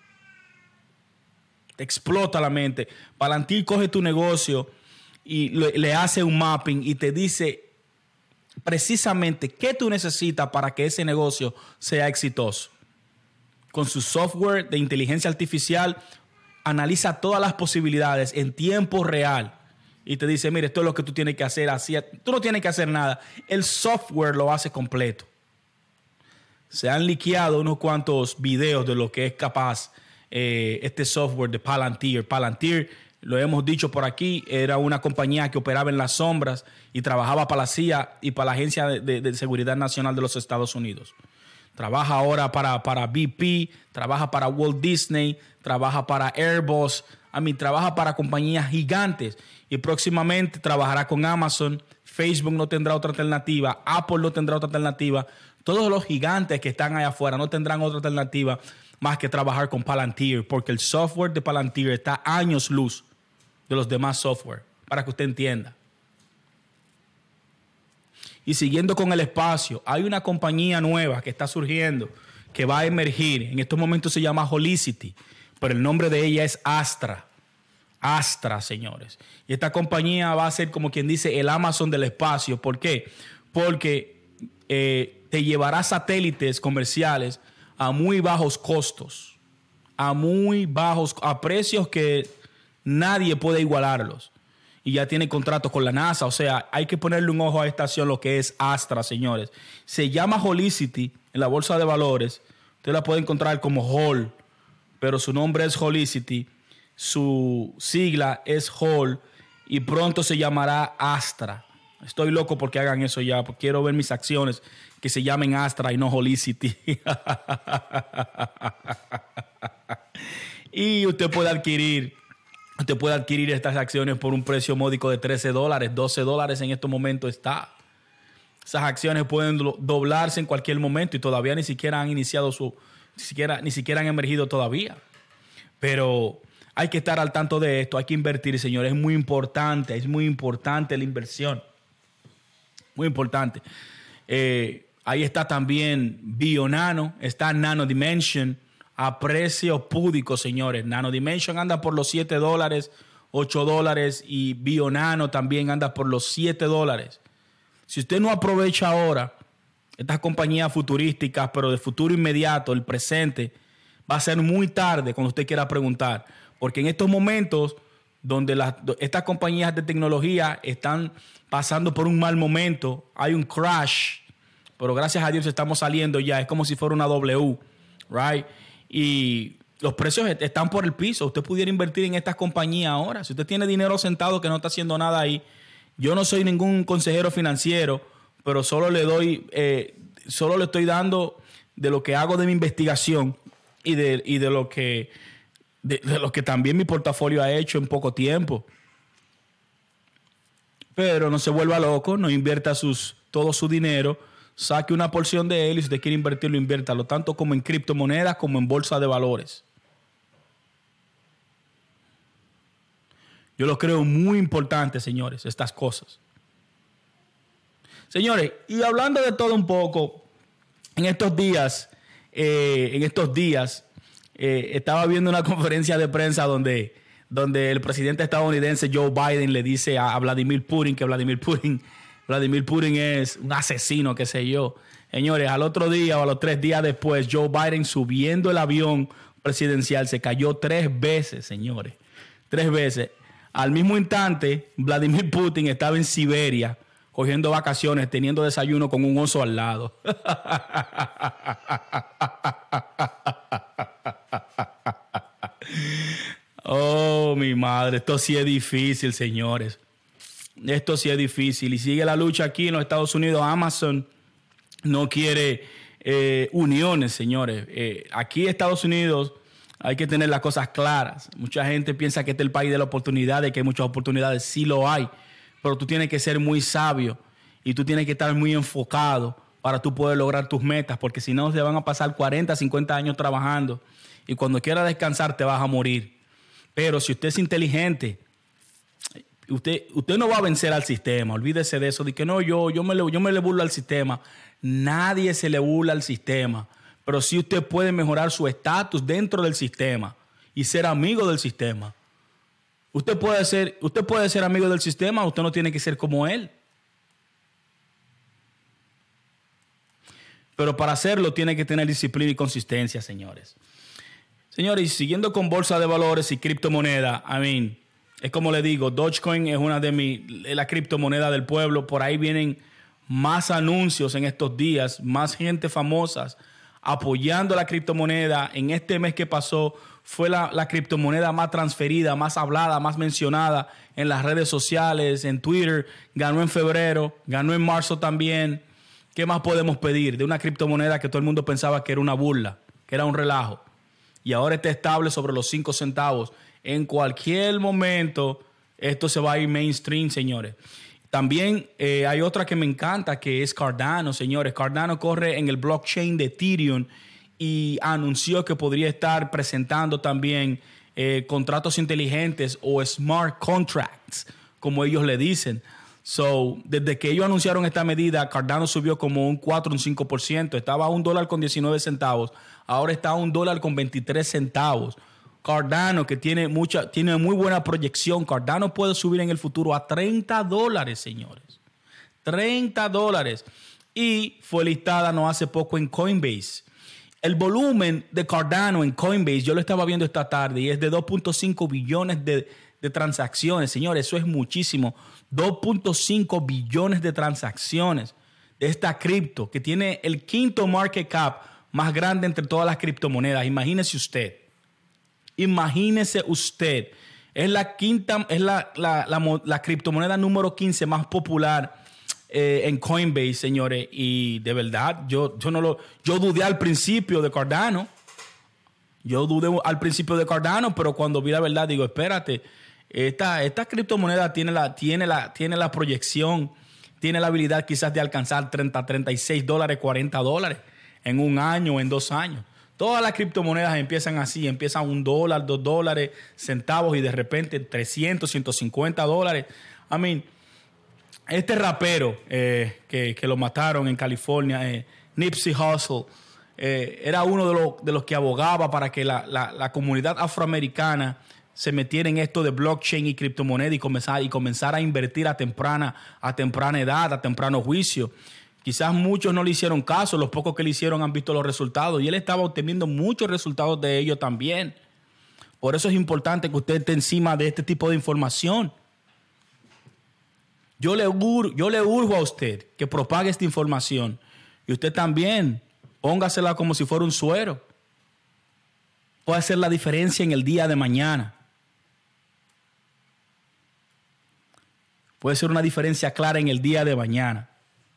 Te explota la mente. Palantir coge tu negocio y le, le hace un mapping y te dice precisamente qué tú necesitas para que ese negocio sea exitoso. Con su software de inteligencia artificial, analiza todas las posibilidades en tiempo real. Y te dice, mire, esto es lo que tú tienes que hacer. Así, tú no tienes que hacer nada. El software lo hace completo. Se han liqueado unos cuantos videos de lo que es capaz eh, este software de Palantir. Palantir, lo hemos dicho por aquí, era una compañía que operaba en las sombras y trabajaba para la C I A y para la Agencia de, de, de Seguridad Nacional de los Estados Unidos. Trabaja ahora para, para B P, trabaja para Walt Disney, trabaja para Airbus. A mí trabaja para compañías gigantes y próximamente trabajará con Amazon. Facebook no tendrá otra alternativa. Apple no tendrá otra alternativa. Todos los gigantes que están allá afuera no tendrán otra alternativa más que trabajar con Palantir, porque el software de Palantir está a años luz de los demás software, para que usted entienda. Y siguiendo con el espacio, hay una compañía nueva que está surgiendo, que va a emergir. En estos momentos se llama Holicity, pero el nombre de ella es Astra. Astra, señores. Y esta compañía va a ser, como quien dice, el Amazon del espacio. ¿Por qué? Porque eh, te llevará satélites comerciales a muy bajos costos, a muy bajos, a precios que nadie puede igualarlos. Y ya tiene contratos con la NASA. O sea, hay que ponerle un ojo a esta acción, lo que es Astra, señores. Se llama Holicity en la bolsa de valores. Usted la puede encontrar como Hol, pero su nombre es Holicity. Su sigla es Hol y pronto se llamará Astra. Estoy loco porque hagan eso ya, porque quiero ver mis acciones que se llamen Astra y no Holicity. Y usted puede adquirir, usted puede adquirir estas acciones por un precio módico de trece dólares, doce dólares en estos momentos está. Esas acciones pueden do- doblarse en cualquier momento y todavía ni siquiera han iniciado su... Ni siquiera, ni siquiera han emergido todavía. Pero hay que estar al tanto de esto, hay que invertir, señores. Es muy importante, es muy importante la inversión. Muy importante. Eh, ahí está también Bionano, está Nano Dimension a precio púdico, señores. Nano Dimension anda por los siete dólares, ocho dólares y Bionano también anda por los siete dólares. Si usted no aprovecha ahora estas compañías futurísticas, pero de futuro inmediato, el presente, va a ser muy tarde cuando usted quiera preguntar. Porque en estos momentos donde las, estas compañías de tecnología están pasando por un mal momento, hay un crash, pero gracias a Dios estamos saliendo ya. Es como si fuera una W, right? Y los precios están por el piso. Usted pudiera invertir en estas compañías ahora. Si usted tiene dinero sentado que no está haciendo nada ahí, yo no soy ningún consejero financiero, pero solo le doy, eh, solo le estoy dando de lo que hago de mi investigación y de, y de lo que de, de lo que también mi portafolio ha hecho en poco tiempo. Pero no se vuelva loco, no invierta sus, todo su dinero, saque una porción de él y si usted quiere invertirlo, inviértalo, tanto como en criptomonedas como en bolsa de valores. Yo lo creo muy importante, señores, estas cosas. Señores, y hablando de todo un poco, en estos días, eh, en estos días, eh, estaba viendo una conferencia de prensa donde, donde el presidente estadounidense Joe Biden le dice a, a Vladimir Putin que Vladimir Putin, Vladimir Putin es un asesino, qué sé yo. Señores, al otro día o a los tres días después, Joe Biden subiendo el avión presidencial se cayó tres veces, señores. Tres veces. Al mismo instante, Vladimir Putin estaba en Siberia cogiendo vacaciones, teniendo desayuno con un oso al lado. Oh, mi madre, esto sí es difícil, señores. Esto sí es difícil. Y sigue la lucha aquí en los Estados Unidos. Amazon no quiere eh, uniones, señores. Eh, aquí en Estados Unidos hay que tener las cosas claras. Mucha gente piensa que este es el país de la oportunidad, de que hay muchas oportunidades. Sí lo hay. Pero tú tienes que ser muy sabio y tú tienes que estar muy enfocado para tú poder lograr tus metas, porque si no te van a pasar cuarenta, cincuenta años trabajando y cuando quieras descansar te vas a morir. Pero si usted es inteligente, usted, usted no va a vencer al sistema. Olvídese de eso, de que no, yo, yo, me le, yo me le burlo al sistema. Nadie se le burla al sistema, pero sí usted puede mejorar su estatus dentro del sistema y ser amigo del sistema. Usted puede ser, usted puede ser amigo del sistema, usted no tiene que ser como él. Pero para hacerlo tiene que tener disciplina y consistencia, señores. Señores, y siguiendo con bolsa de valores y criptomoneda, I mean, es como le digo, Dogecoin es una de mis, la criptomoneda del pueblo. Por ahí vienen más anuncios en estos días, más gente famosa apoyando la criptomoneda. En este mes que pasó, fue la, la criptomoneda más transferida, más hablada, más mencionada en las redes sociales, en Twitter. Ganó en febrero, ganó en marzo también. ¿Qué más podemos pedir de una criptomoneda que todo el mundo pensaba que era una burla, que era un relajo? Y ahora está estable sobre los cinco centavos. En cualquier momento, esto se va a ir mainstream, señores. También eh, hay otra que me encanta, que es Cardano, señores. Cardano corre en el blockchain de Ethereum y anunció que podría estar presentando también eh, contratos inteligentes o smart contracts, como ellos le dicen. So, desde que ellos anunciaron esta medida, Cardano subió como un cuatro, un cinco por ciento. Estaba a un dólar con diecinueve centavos. Ahora está a un dólar con veintitrés centavos. Cardano, que tiene mucha, tiene muy buena proyección. Cardano puede subir en el futuro a treinta dólares, señores. treinta dólares. Y fue listada no hace poco en Coinbase. El volumen de Cardano en Coinbase, yo lo estaba viendo esta tarde, y es de dos punto cinco billones de, de transacciones. Señores, eso es muchísimo. dos punto cinco billones de transacciones de esta cripto, que tiene el quinto market cap más grande entre todas las criptomonedas. Imagínese usted. Imagínese usted. Es la quinta, es la, la, la, la criptomoneda número quince más popular eh, en Coinbase, señores. Y de verdad, yo, yo no lo, yo dudé al principio de Cardano. Yo dudé al principio de Cardano, pero cuando vi la verdad, digo, espérate, esta, esta criptomoneda tiene la, tiene la, tiene la proyección tiene la habilidad quizás de alcanzar treinta, treinta y seis dólares, cuarenta dólares en un año o en dos años. Todas las criptomonedas empiezan así, empiezan un dólar, dos dólares, centavos y de repente trescientos, ciento cincuenta dólares. I mean, este rapero eh, que, que lo mataron en California, eh, Nipsey Hussle, eh, era uno de los, de los que abogaba para que la, la, la comunidad afroamericana se metiera en esto de blockchain y criptomonedas y comenzar, y comenzar a invertir a temprana, a temprana edad, a temprano juicio. Quizás muchos no le hicieron caso, los pocos que le hicieron han visto los resultados y él estaba obteniendo muchos resultados de ello también. Por eso es importante que usted esté encima de este tipo de información. Yo le, ur, yo le urjo a usted que propague esta información y usted también póngasela como si fuera un suero. Puede hacer la diferencia en el día de mañana. Puede ser una diferencia clara en el día de mañana.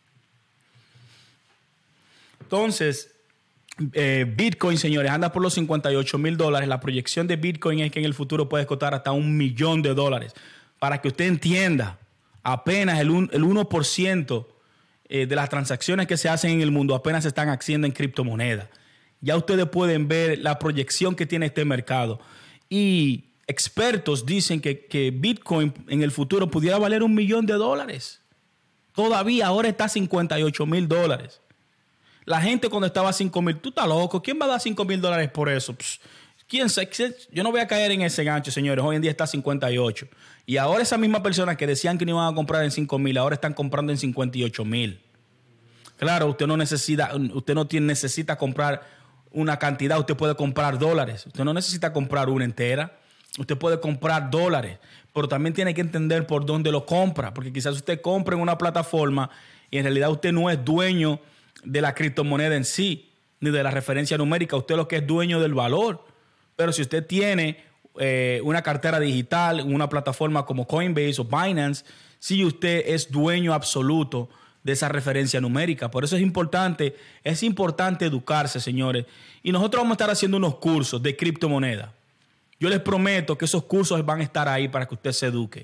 Entonces, eh, Bitcoin, señores, anda por los cincuenta y ocho mil dólares. La proyección de Bitcoin es que en el futuro puede costar hasta un millón de dólares. Para que usted entienda, apenas el, un, el uno por ciento eh, de las transacciones que se hacen en el mundo apenas se están haciendo en criptomonedas. Ya ustedes pueden ver la proyección que tiene este mercado. Y expertos dicen que, que Bitcoin en el futuro pudiera valer un millón de dólares. Todavía ahora está a cincuenta y ocho mil dólares. La gente cuando estaba a cinco mil, tú estás loco, ¿quién va a dar cinco mil dólares por eso? Pss, ¿quién sabe? Yo no voy a caer en ese gancho, señores. Hoy en día está a cincuenta y ocho. Y ahora esa misma persona que decían que no iban a comprar en cinco mil, ahora están comprando en cincuenta y ocho mil. Claro, usted no necesita, usted no tiene, necesita comprar una cantidad, usted puede comprar dólares. Usted no necesita comprar una entera. Usted puede comprar dólares, pero también tiene que entender por dónde lo compra, porque quizás usted compre en una plataforma y en realidad usted no es dueño de la criptomoneda en sí, ni de la referencia numérica. Usted lo que es dueño del valor. Pero si usted tiene eh, una cartera digital, una plataforma como Coinbase o Binance, sí usted es dueño absoluto de esa referencia numérica. Por eso es importante, es importante educarse, señores. Y nosotros vamos a estar haciendo unos cursos de criptomoneda. Yo les prometo que esos cursos van a estar ahí para que usted se eduque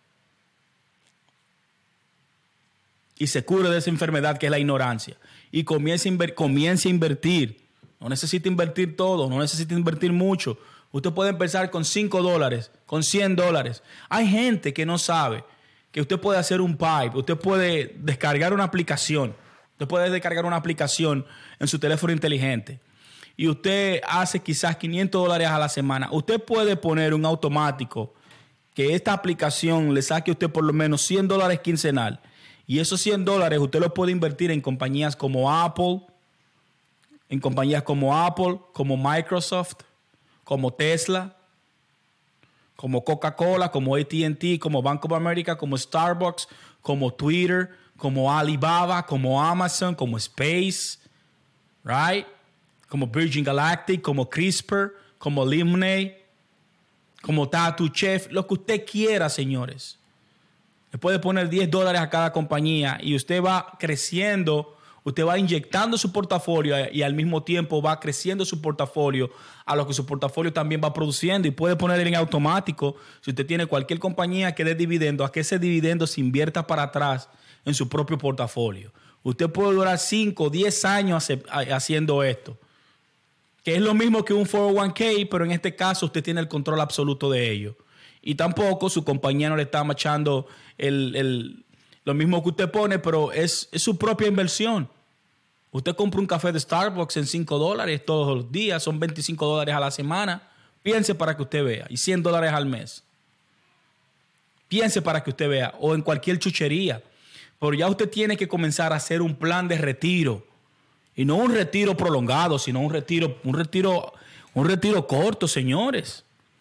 y se cure de esa enfermedad que es la ignorancia. Y comience a, inver- comience a invertir. No necesita invertir todo, no necesita invertir mucho. Usted puede empezar con cinco dólares, con cien dólares. Hay gente que no sabe que usted puede hacer un pipe, usted puede descargar una aplicación. Usted puede descargar una aplicación en su teléfono inteligente y usted hace quizás quinientos dólares a la semana. Usted puede poner un automático que esta aplicación le saque a usted por lo menos cien dólares quincenal. Y esos cien dólares usted los puede invertir en compañías como Apple, en compañías como Apple, como Microsoft, como Tesla, como Coca-Cola, como A T and T, como Bank of America, como Starbucks, como Twitter, como Alibaba, como Amazon, como Space, right? Como Virgin Galactic, como CRISPR, como Lemonade, como Tattoo Chef, lo que usted quiera, señores. Le puede poner diez dólares a cada compañía y usted va creciendo, usted va inyectando su portafolio y al mismo tiempo va creciendo su portafolio a lo que su portafolio también va produciendo y puede poner en automático, si usted tiene cualquier compañía que dé dividendo, a que ese dividendo se invierta para atrás en su propio portafolio. Usted puede durar cinco o diez años haciendo esto, que es lo mismo que un cuatro oh uno k, pero en este caso usted tiene el control absoluto de ello. Y tampoco su compañía no le está machando el, el, lo mismo que usted pone, pero es, es su propia inversión. Usted compra un café de Starbucks en cinco dólares todos los días, son veinticinco dólares a la semana. Piense para que usted vea. Y cien dólares al mes. Piense para que usted vea. O en cualquier chuchería. Pero ya usted tiene que comenzar a hacer un plan de retiro. Y no un retiro prolongado, sino un retiro, un retiro, un retiro corto, señores.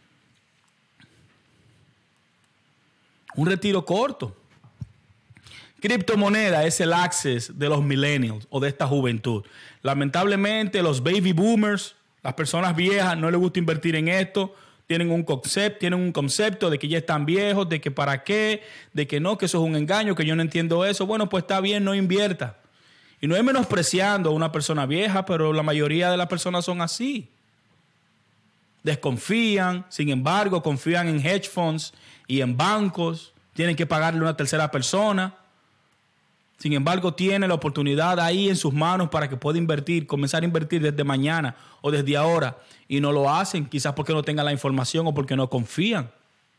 Un retiro corto. Criptomoneda es el access de los millennials o de esta juventud. Lamentablemente los baby boomers, las personas viejas, no les gusta invertir en esto. Tienen un concepto, tienen un concepto de que ya están viejos, de que para qué, de que no, que eso es un engaño, que yo no entiendo eso. Bueno, pues está bien, no invierta. Y no es menospreciando a una persona vieja, pero la mayoría de las personas son así. Desconfían, sin embargo, confían en hedge funds y en bancos. Tienen que pagarle a una tercera persona. Sin embargo, tiene la oportunidad ahí en sus manos para que pueda invertir, comenzar a invertir desde mañana o desde ahora. Y no lo hacen, quizás porque no tengan la información o porque no confían.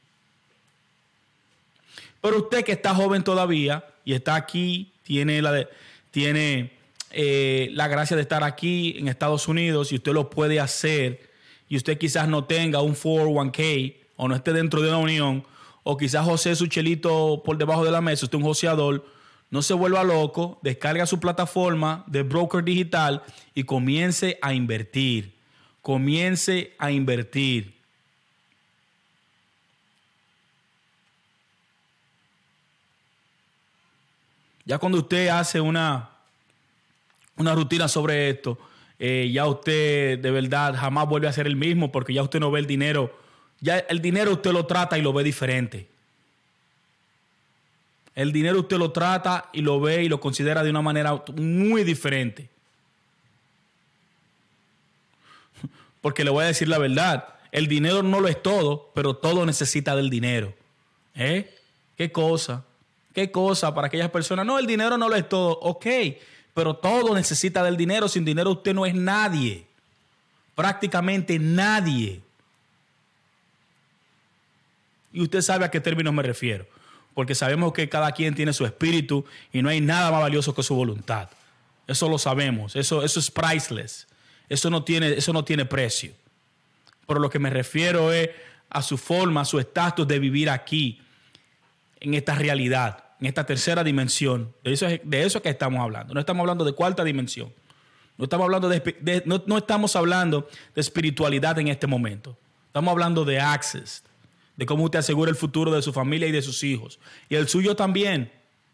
Pero usted que está joven todavía y está aquí, tiene la, de, tiene, eh, la gracia de estar aquí en Estados Unidos y usted lo puede hacer. Y usted quizás no tenga un cuatro oh uno k o no esté dentro de una unión, o quizás josee su chelito por debajo de la mesa, usted es un joseador. No se vuelva loco, descarga su plataforma de broker digital y comience a invertir. Comience a invertir. Ya cuando usted hace una, una rutina sobre esto, eh, ya usted de verdad jamás vuelve a ser el mismo, porque ya usted no ve el dinero. Ya el dinero usted lo trata y lo ve diferente. El dinero usted lo trata y lo ve y lo considera de una manera muy diferente. Porque le voy a decir la verdad. El dinero no lo es todo, pero todo necesita del dinero. ¿Eh? ¿Qué cosa? ¿Qué cosa para aquellas personas? No, el dinero no lo es todo. Ok, pero todo necesita del dinero. Sin dinero usted no es nadie. Prácticamente nadie. Y usted sabe a qué términos me refiero. Porque sabemos que cada quien tiene su espíritu y no hay nada más valioso que su voluntad. Eso lo sabemos. Eso, eso es priceless. Eso no tiene, eso no tiene precio. Pero lo que me refiero es a su forma, a su estatus de vivir aquí, en esta realidad, en esta tercera dimensión. De eso es, de eso es que estamos hablando. No estamos hablando de cuarta dimensión. No estamos hablando de, de no, no estamos hablando de espiritualidad en este momento. Estamos hablando de access. De cómo usted asegura el futuro de su familia y de sus hijos. Y el suyo también.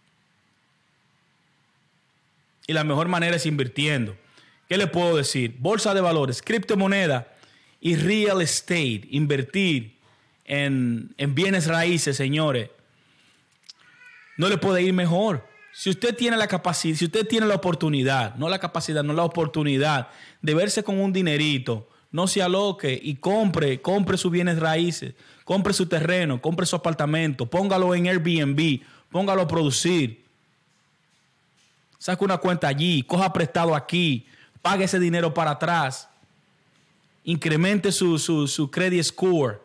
Y la mejor manera es invirtiendo. ¿Qué le puedo decir? Bolsa de valores, criptomoneda y real estate. Invertir en, en bienes raíces, señores. No le puede ir mejor. Si usted tiene la capacidad, si usted tiene la oportunidad, no la capacidad, no la oportunidad de verse con un dinerito, no se aloque y compre, compre sus bienes raíces, compre su terreno, compre su apartamento, póngalo en Airbnb, póngalo a producir. Saque una cuenta allí, coja prestado aquí, pague ese dinero para atrás, incremente su, su, su credit score.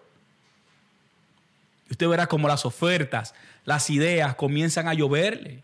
Y usted verá cómo las ofertas, las ideas comienzan a lloverle.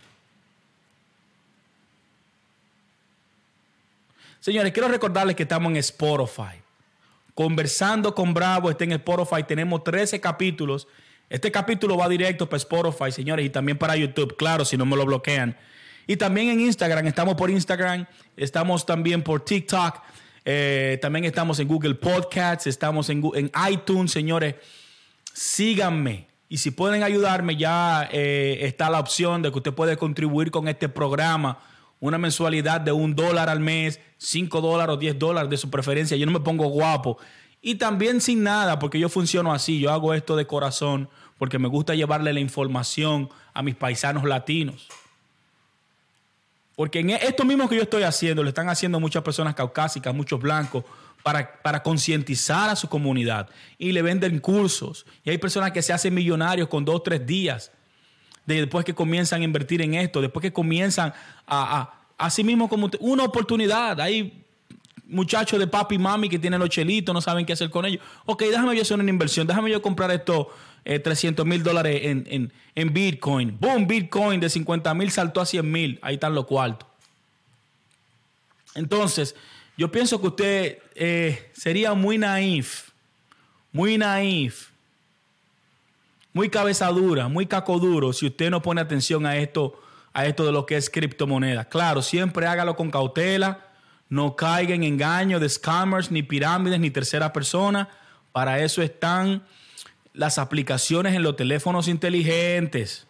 Señores, quiero recordarles que estamos en Spotify. Conversando con Bravo está en Spotify. Tenemos trece capítulos. Este capítulo va directo para Spotify, señores, y también para YouTube, claro, si no me lo bloquean. Y también en Instagram. Estamos por Instagram. Estamos también por TikTok. Eh, también estamos en Google Podcasts. Estamos en, en iTunes, señores. Síganme. Y si pueden ayudarme, ya eh, está la opción de que usted puede contribuir con este programa. Una mensualidad de un dólar al mes, cinco dólares o diez dólares de su preferencia. Yo no me pongo guapo. Y también sin nada, porque yo funciono así. Yo hago esto de corazón porque me gusta llevarle la información a mis paisanos latinos. Porque en esto mismo que yo estoy haciendo, lo están haciendo muchas personas caucásicas, muchos blancos, para, para concientizar a su comunidad. Y le venden cursos. Y hay personas que se hacen millonarios con dos o tres días. De después que comienzan a invertir en esto, después que comienzan a, a, a sí mismo como una oportunidad. Hay muchachos de papi y mami que tienen los chelitos, no saben qué hacer con ellos. Ok, déjame yo hacer una inversión, déjame yo comprar estos eh, trescientos mil dólares en, en, en Bitcoin. Boom, Bitcoin de cincuenta mil saltó a cien mil. Ahí están los cuartos. Entonces, yo pienso que usted eh, sería muy naif, muy naif. Muy cabeza dura, muy caco duro si usted no pone atención a esto, a esto de lo que es criptomonedas. Claro, siempre hágalo con cautela, no caiga en engaños de scammers, ni pirámides, ni tercera persona. Para eso están las aplicaciones en los teléfonos inteligentes.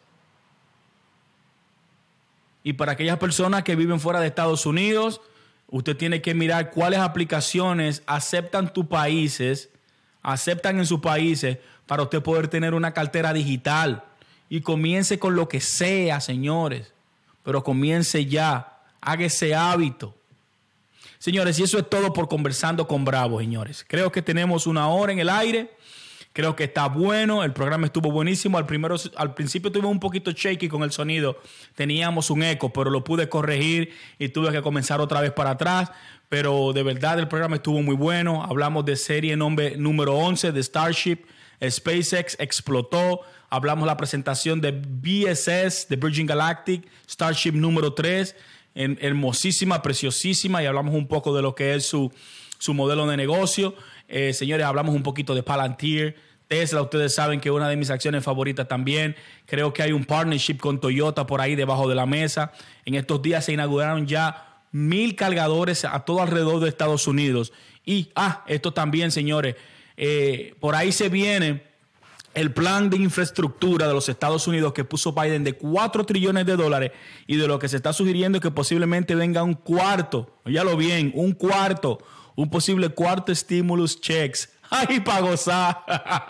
Y para aquellas personas que viven fuera de Estados Unidos, usted tiene que mirar cuáles aplicaciones aceptan tus países, aceptan en sus países, para usted poder tener una cartera digital. Y comience con lo que sea, señores. Pero comience ya. Haga ese hábito. Señores, y eso es todo por Conversando con Bravo, señores. Creo que tenemos una hora en el aire. Creo que está bueno. El programa estuvo buenísimo. Al, primero, al principio tuve un poquito shaky con el sonido. Teníamos un eco, pero lo pude corregir y tuve que comenzar otra vez para atrás. Pero de verdad el programa estuvo muy bueno. Hablamos de serie nombre, número once de Starship. SpaceX explotó. Hablamos la presentación de V S S, de Virgin Galactic, Starship número tres. En, hermosísima, preciosísima. Y hablamos un poco de lo que es su, su modelo de negocio. Eh, señores, hablamos un poquito de Palantir, Tesla. Ustedes saben que es una de mis acciones favoritas también. Creo que hay un partnership con Toyota por ahí debajo de la mesa. En estos días se inauguraron ya mil cargadores a todo alrededor de Estados Unidos. Y, ah, esto también, señores, eh, por ahí se viene el plan de infraestructura de los Estados Unidos que puso Biden de cuatro trillones de dólares, y de lo que se está sugiriendo es que posiblemente venga un cuarto, óyalo bien, un cuarto, un posible cuarto stimulus checks. ¡Ay, para gozar!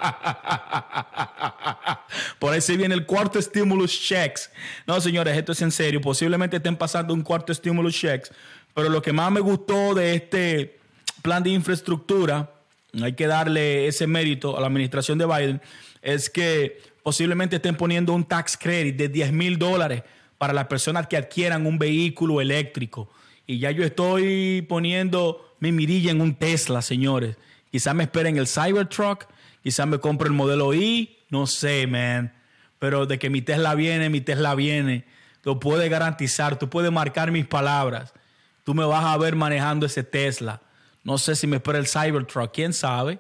Por ahí se viene el cuarto stimulus checks. No, señores, esto es en serio. Posiblemente estén pasando un cuarto stimulus checks. Pero lo que más me gustó de este plan de infraestructura, hay que darle ese mérito a la administración de Biden, es que posiblemente estén poniendo un tax credit de diez mil dólares para las personas que adquieran un vehículo eléctrico. Y ya yo estoy poniendo mi mirilla en un Tesla, señores. Quizás me esperen el Cybertruck, quizás me compre el modelo I, no sé, man. Pero de que mi Tesla viene, mi Tesla viene. Lo puedes garantizar, tú puedes marcar mis palabras. Tú me vas a ver manejando ese Tesla. No sé si me espera el Cybertruck, quién sabe.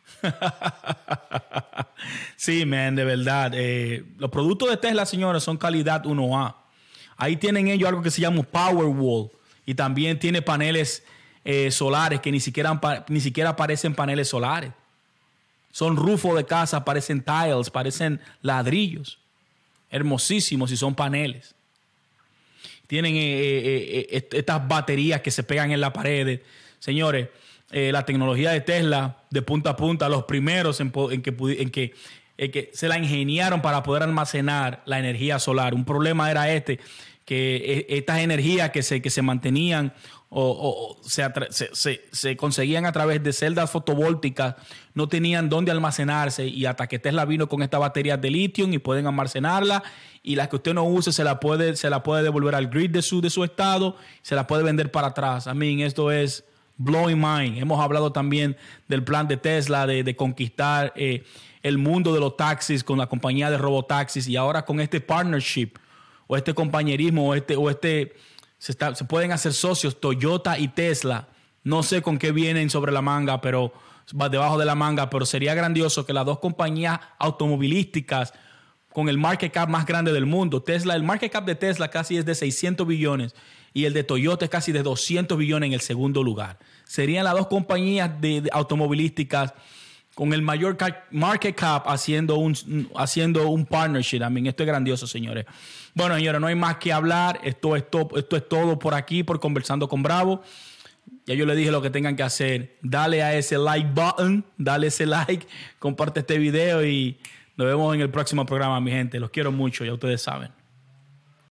Sí, man, de verdad. Eh, los productos de Tesla, señores, son calidad uno A. Ahí tienen ellos algo que se llama Powerwall. Y también tiene paneles eh, solares que ni siquiera, ni siquiera parecen paneles solares. Son rufos de casa, parecen tiles, parecen ladrillos. Hermosísimos y son paneles. Tienen eh, eh, eh, estas baterías que se pegan en la pared. Señores, eh, la tecnología de Tesla de punta a punta, los primeros en, en, que, en, que, en que se la ingeniaron para poder almacenar la energía solar. Un problema era este, que estas energías que se, que se mantenían o, o, o se, se, se, se conseguían a través de celdas fotovoltaicas no tenían dónde almacenarse, y hasta que Tesla vino con estas baterías de litio y pueden almacenarla, y las que usted no use se la puede, se la puede devolver al grid de su, de su estado, se la puede vender para atrás. I mean, esto es blowing mind. Hemos hablado también del plan de Tesla de, de conquistar eh, el mundo de los taxis con la compañía de robotaxis, y ahora con este partnership o este compañerismo o este, o este se, está, se pueden hacer socios Toyota y Tesla. No sé con qué vienen sobre la manga, pero debajo de la manga, pero sería grandioso que las dos compañías automovilísticas con el market cap más grande del mundo, Tesla, el market cap de Tesla casi es de seiscientos billones y el de Toyota es casi de doscientos billones en el segundo lugar. Serían las dos compañías de, de automovilísticas con el mayor market cap haciendo un, haciendo un partnership. I mean, esto es grandioso, señores. Bueno, señores, no hay más que hablar. Esto es, to, esto es todo por aquí, por Conversando con Bravo. Ya yo le dije lo que tengan que hacer. Dale a ese like button, dale ese like, comparte este video y nos vemos en el próximo programa, mi gente. Los quiero mucho, ya ustedes saben.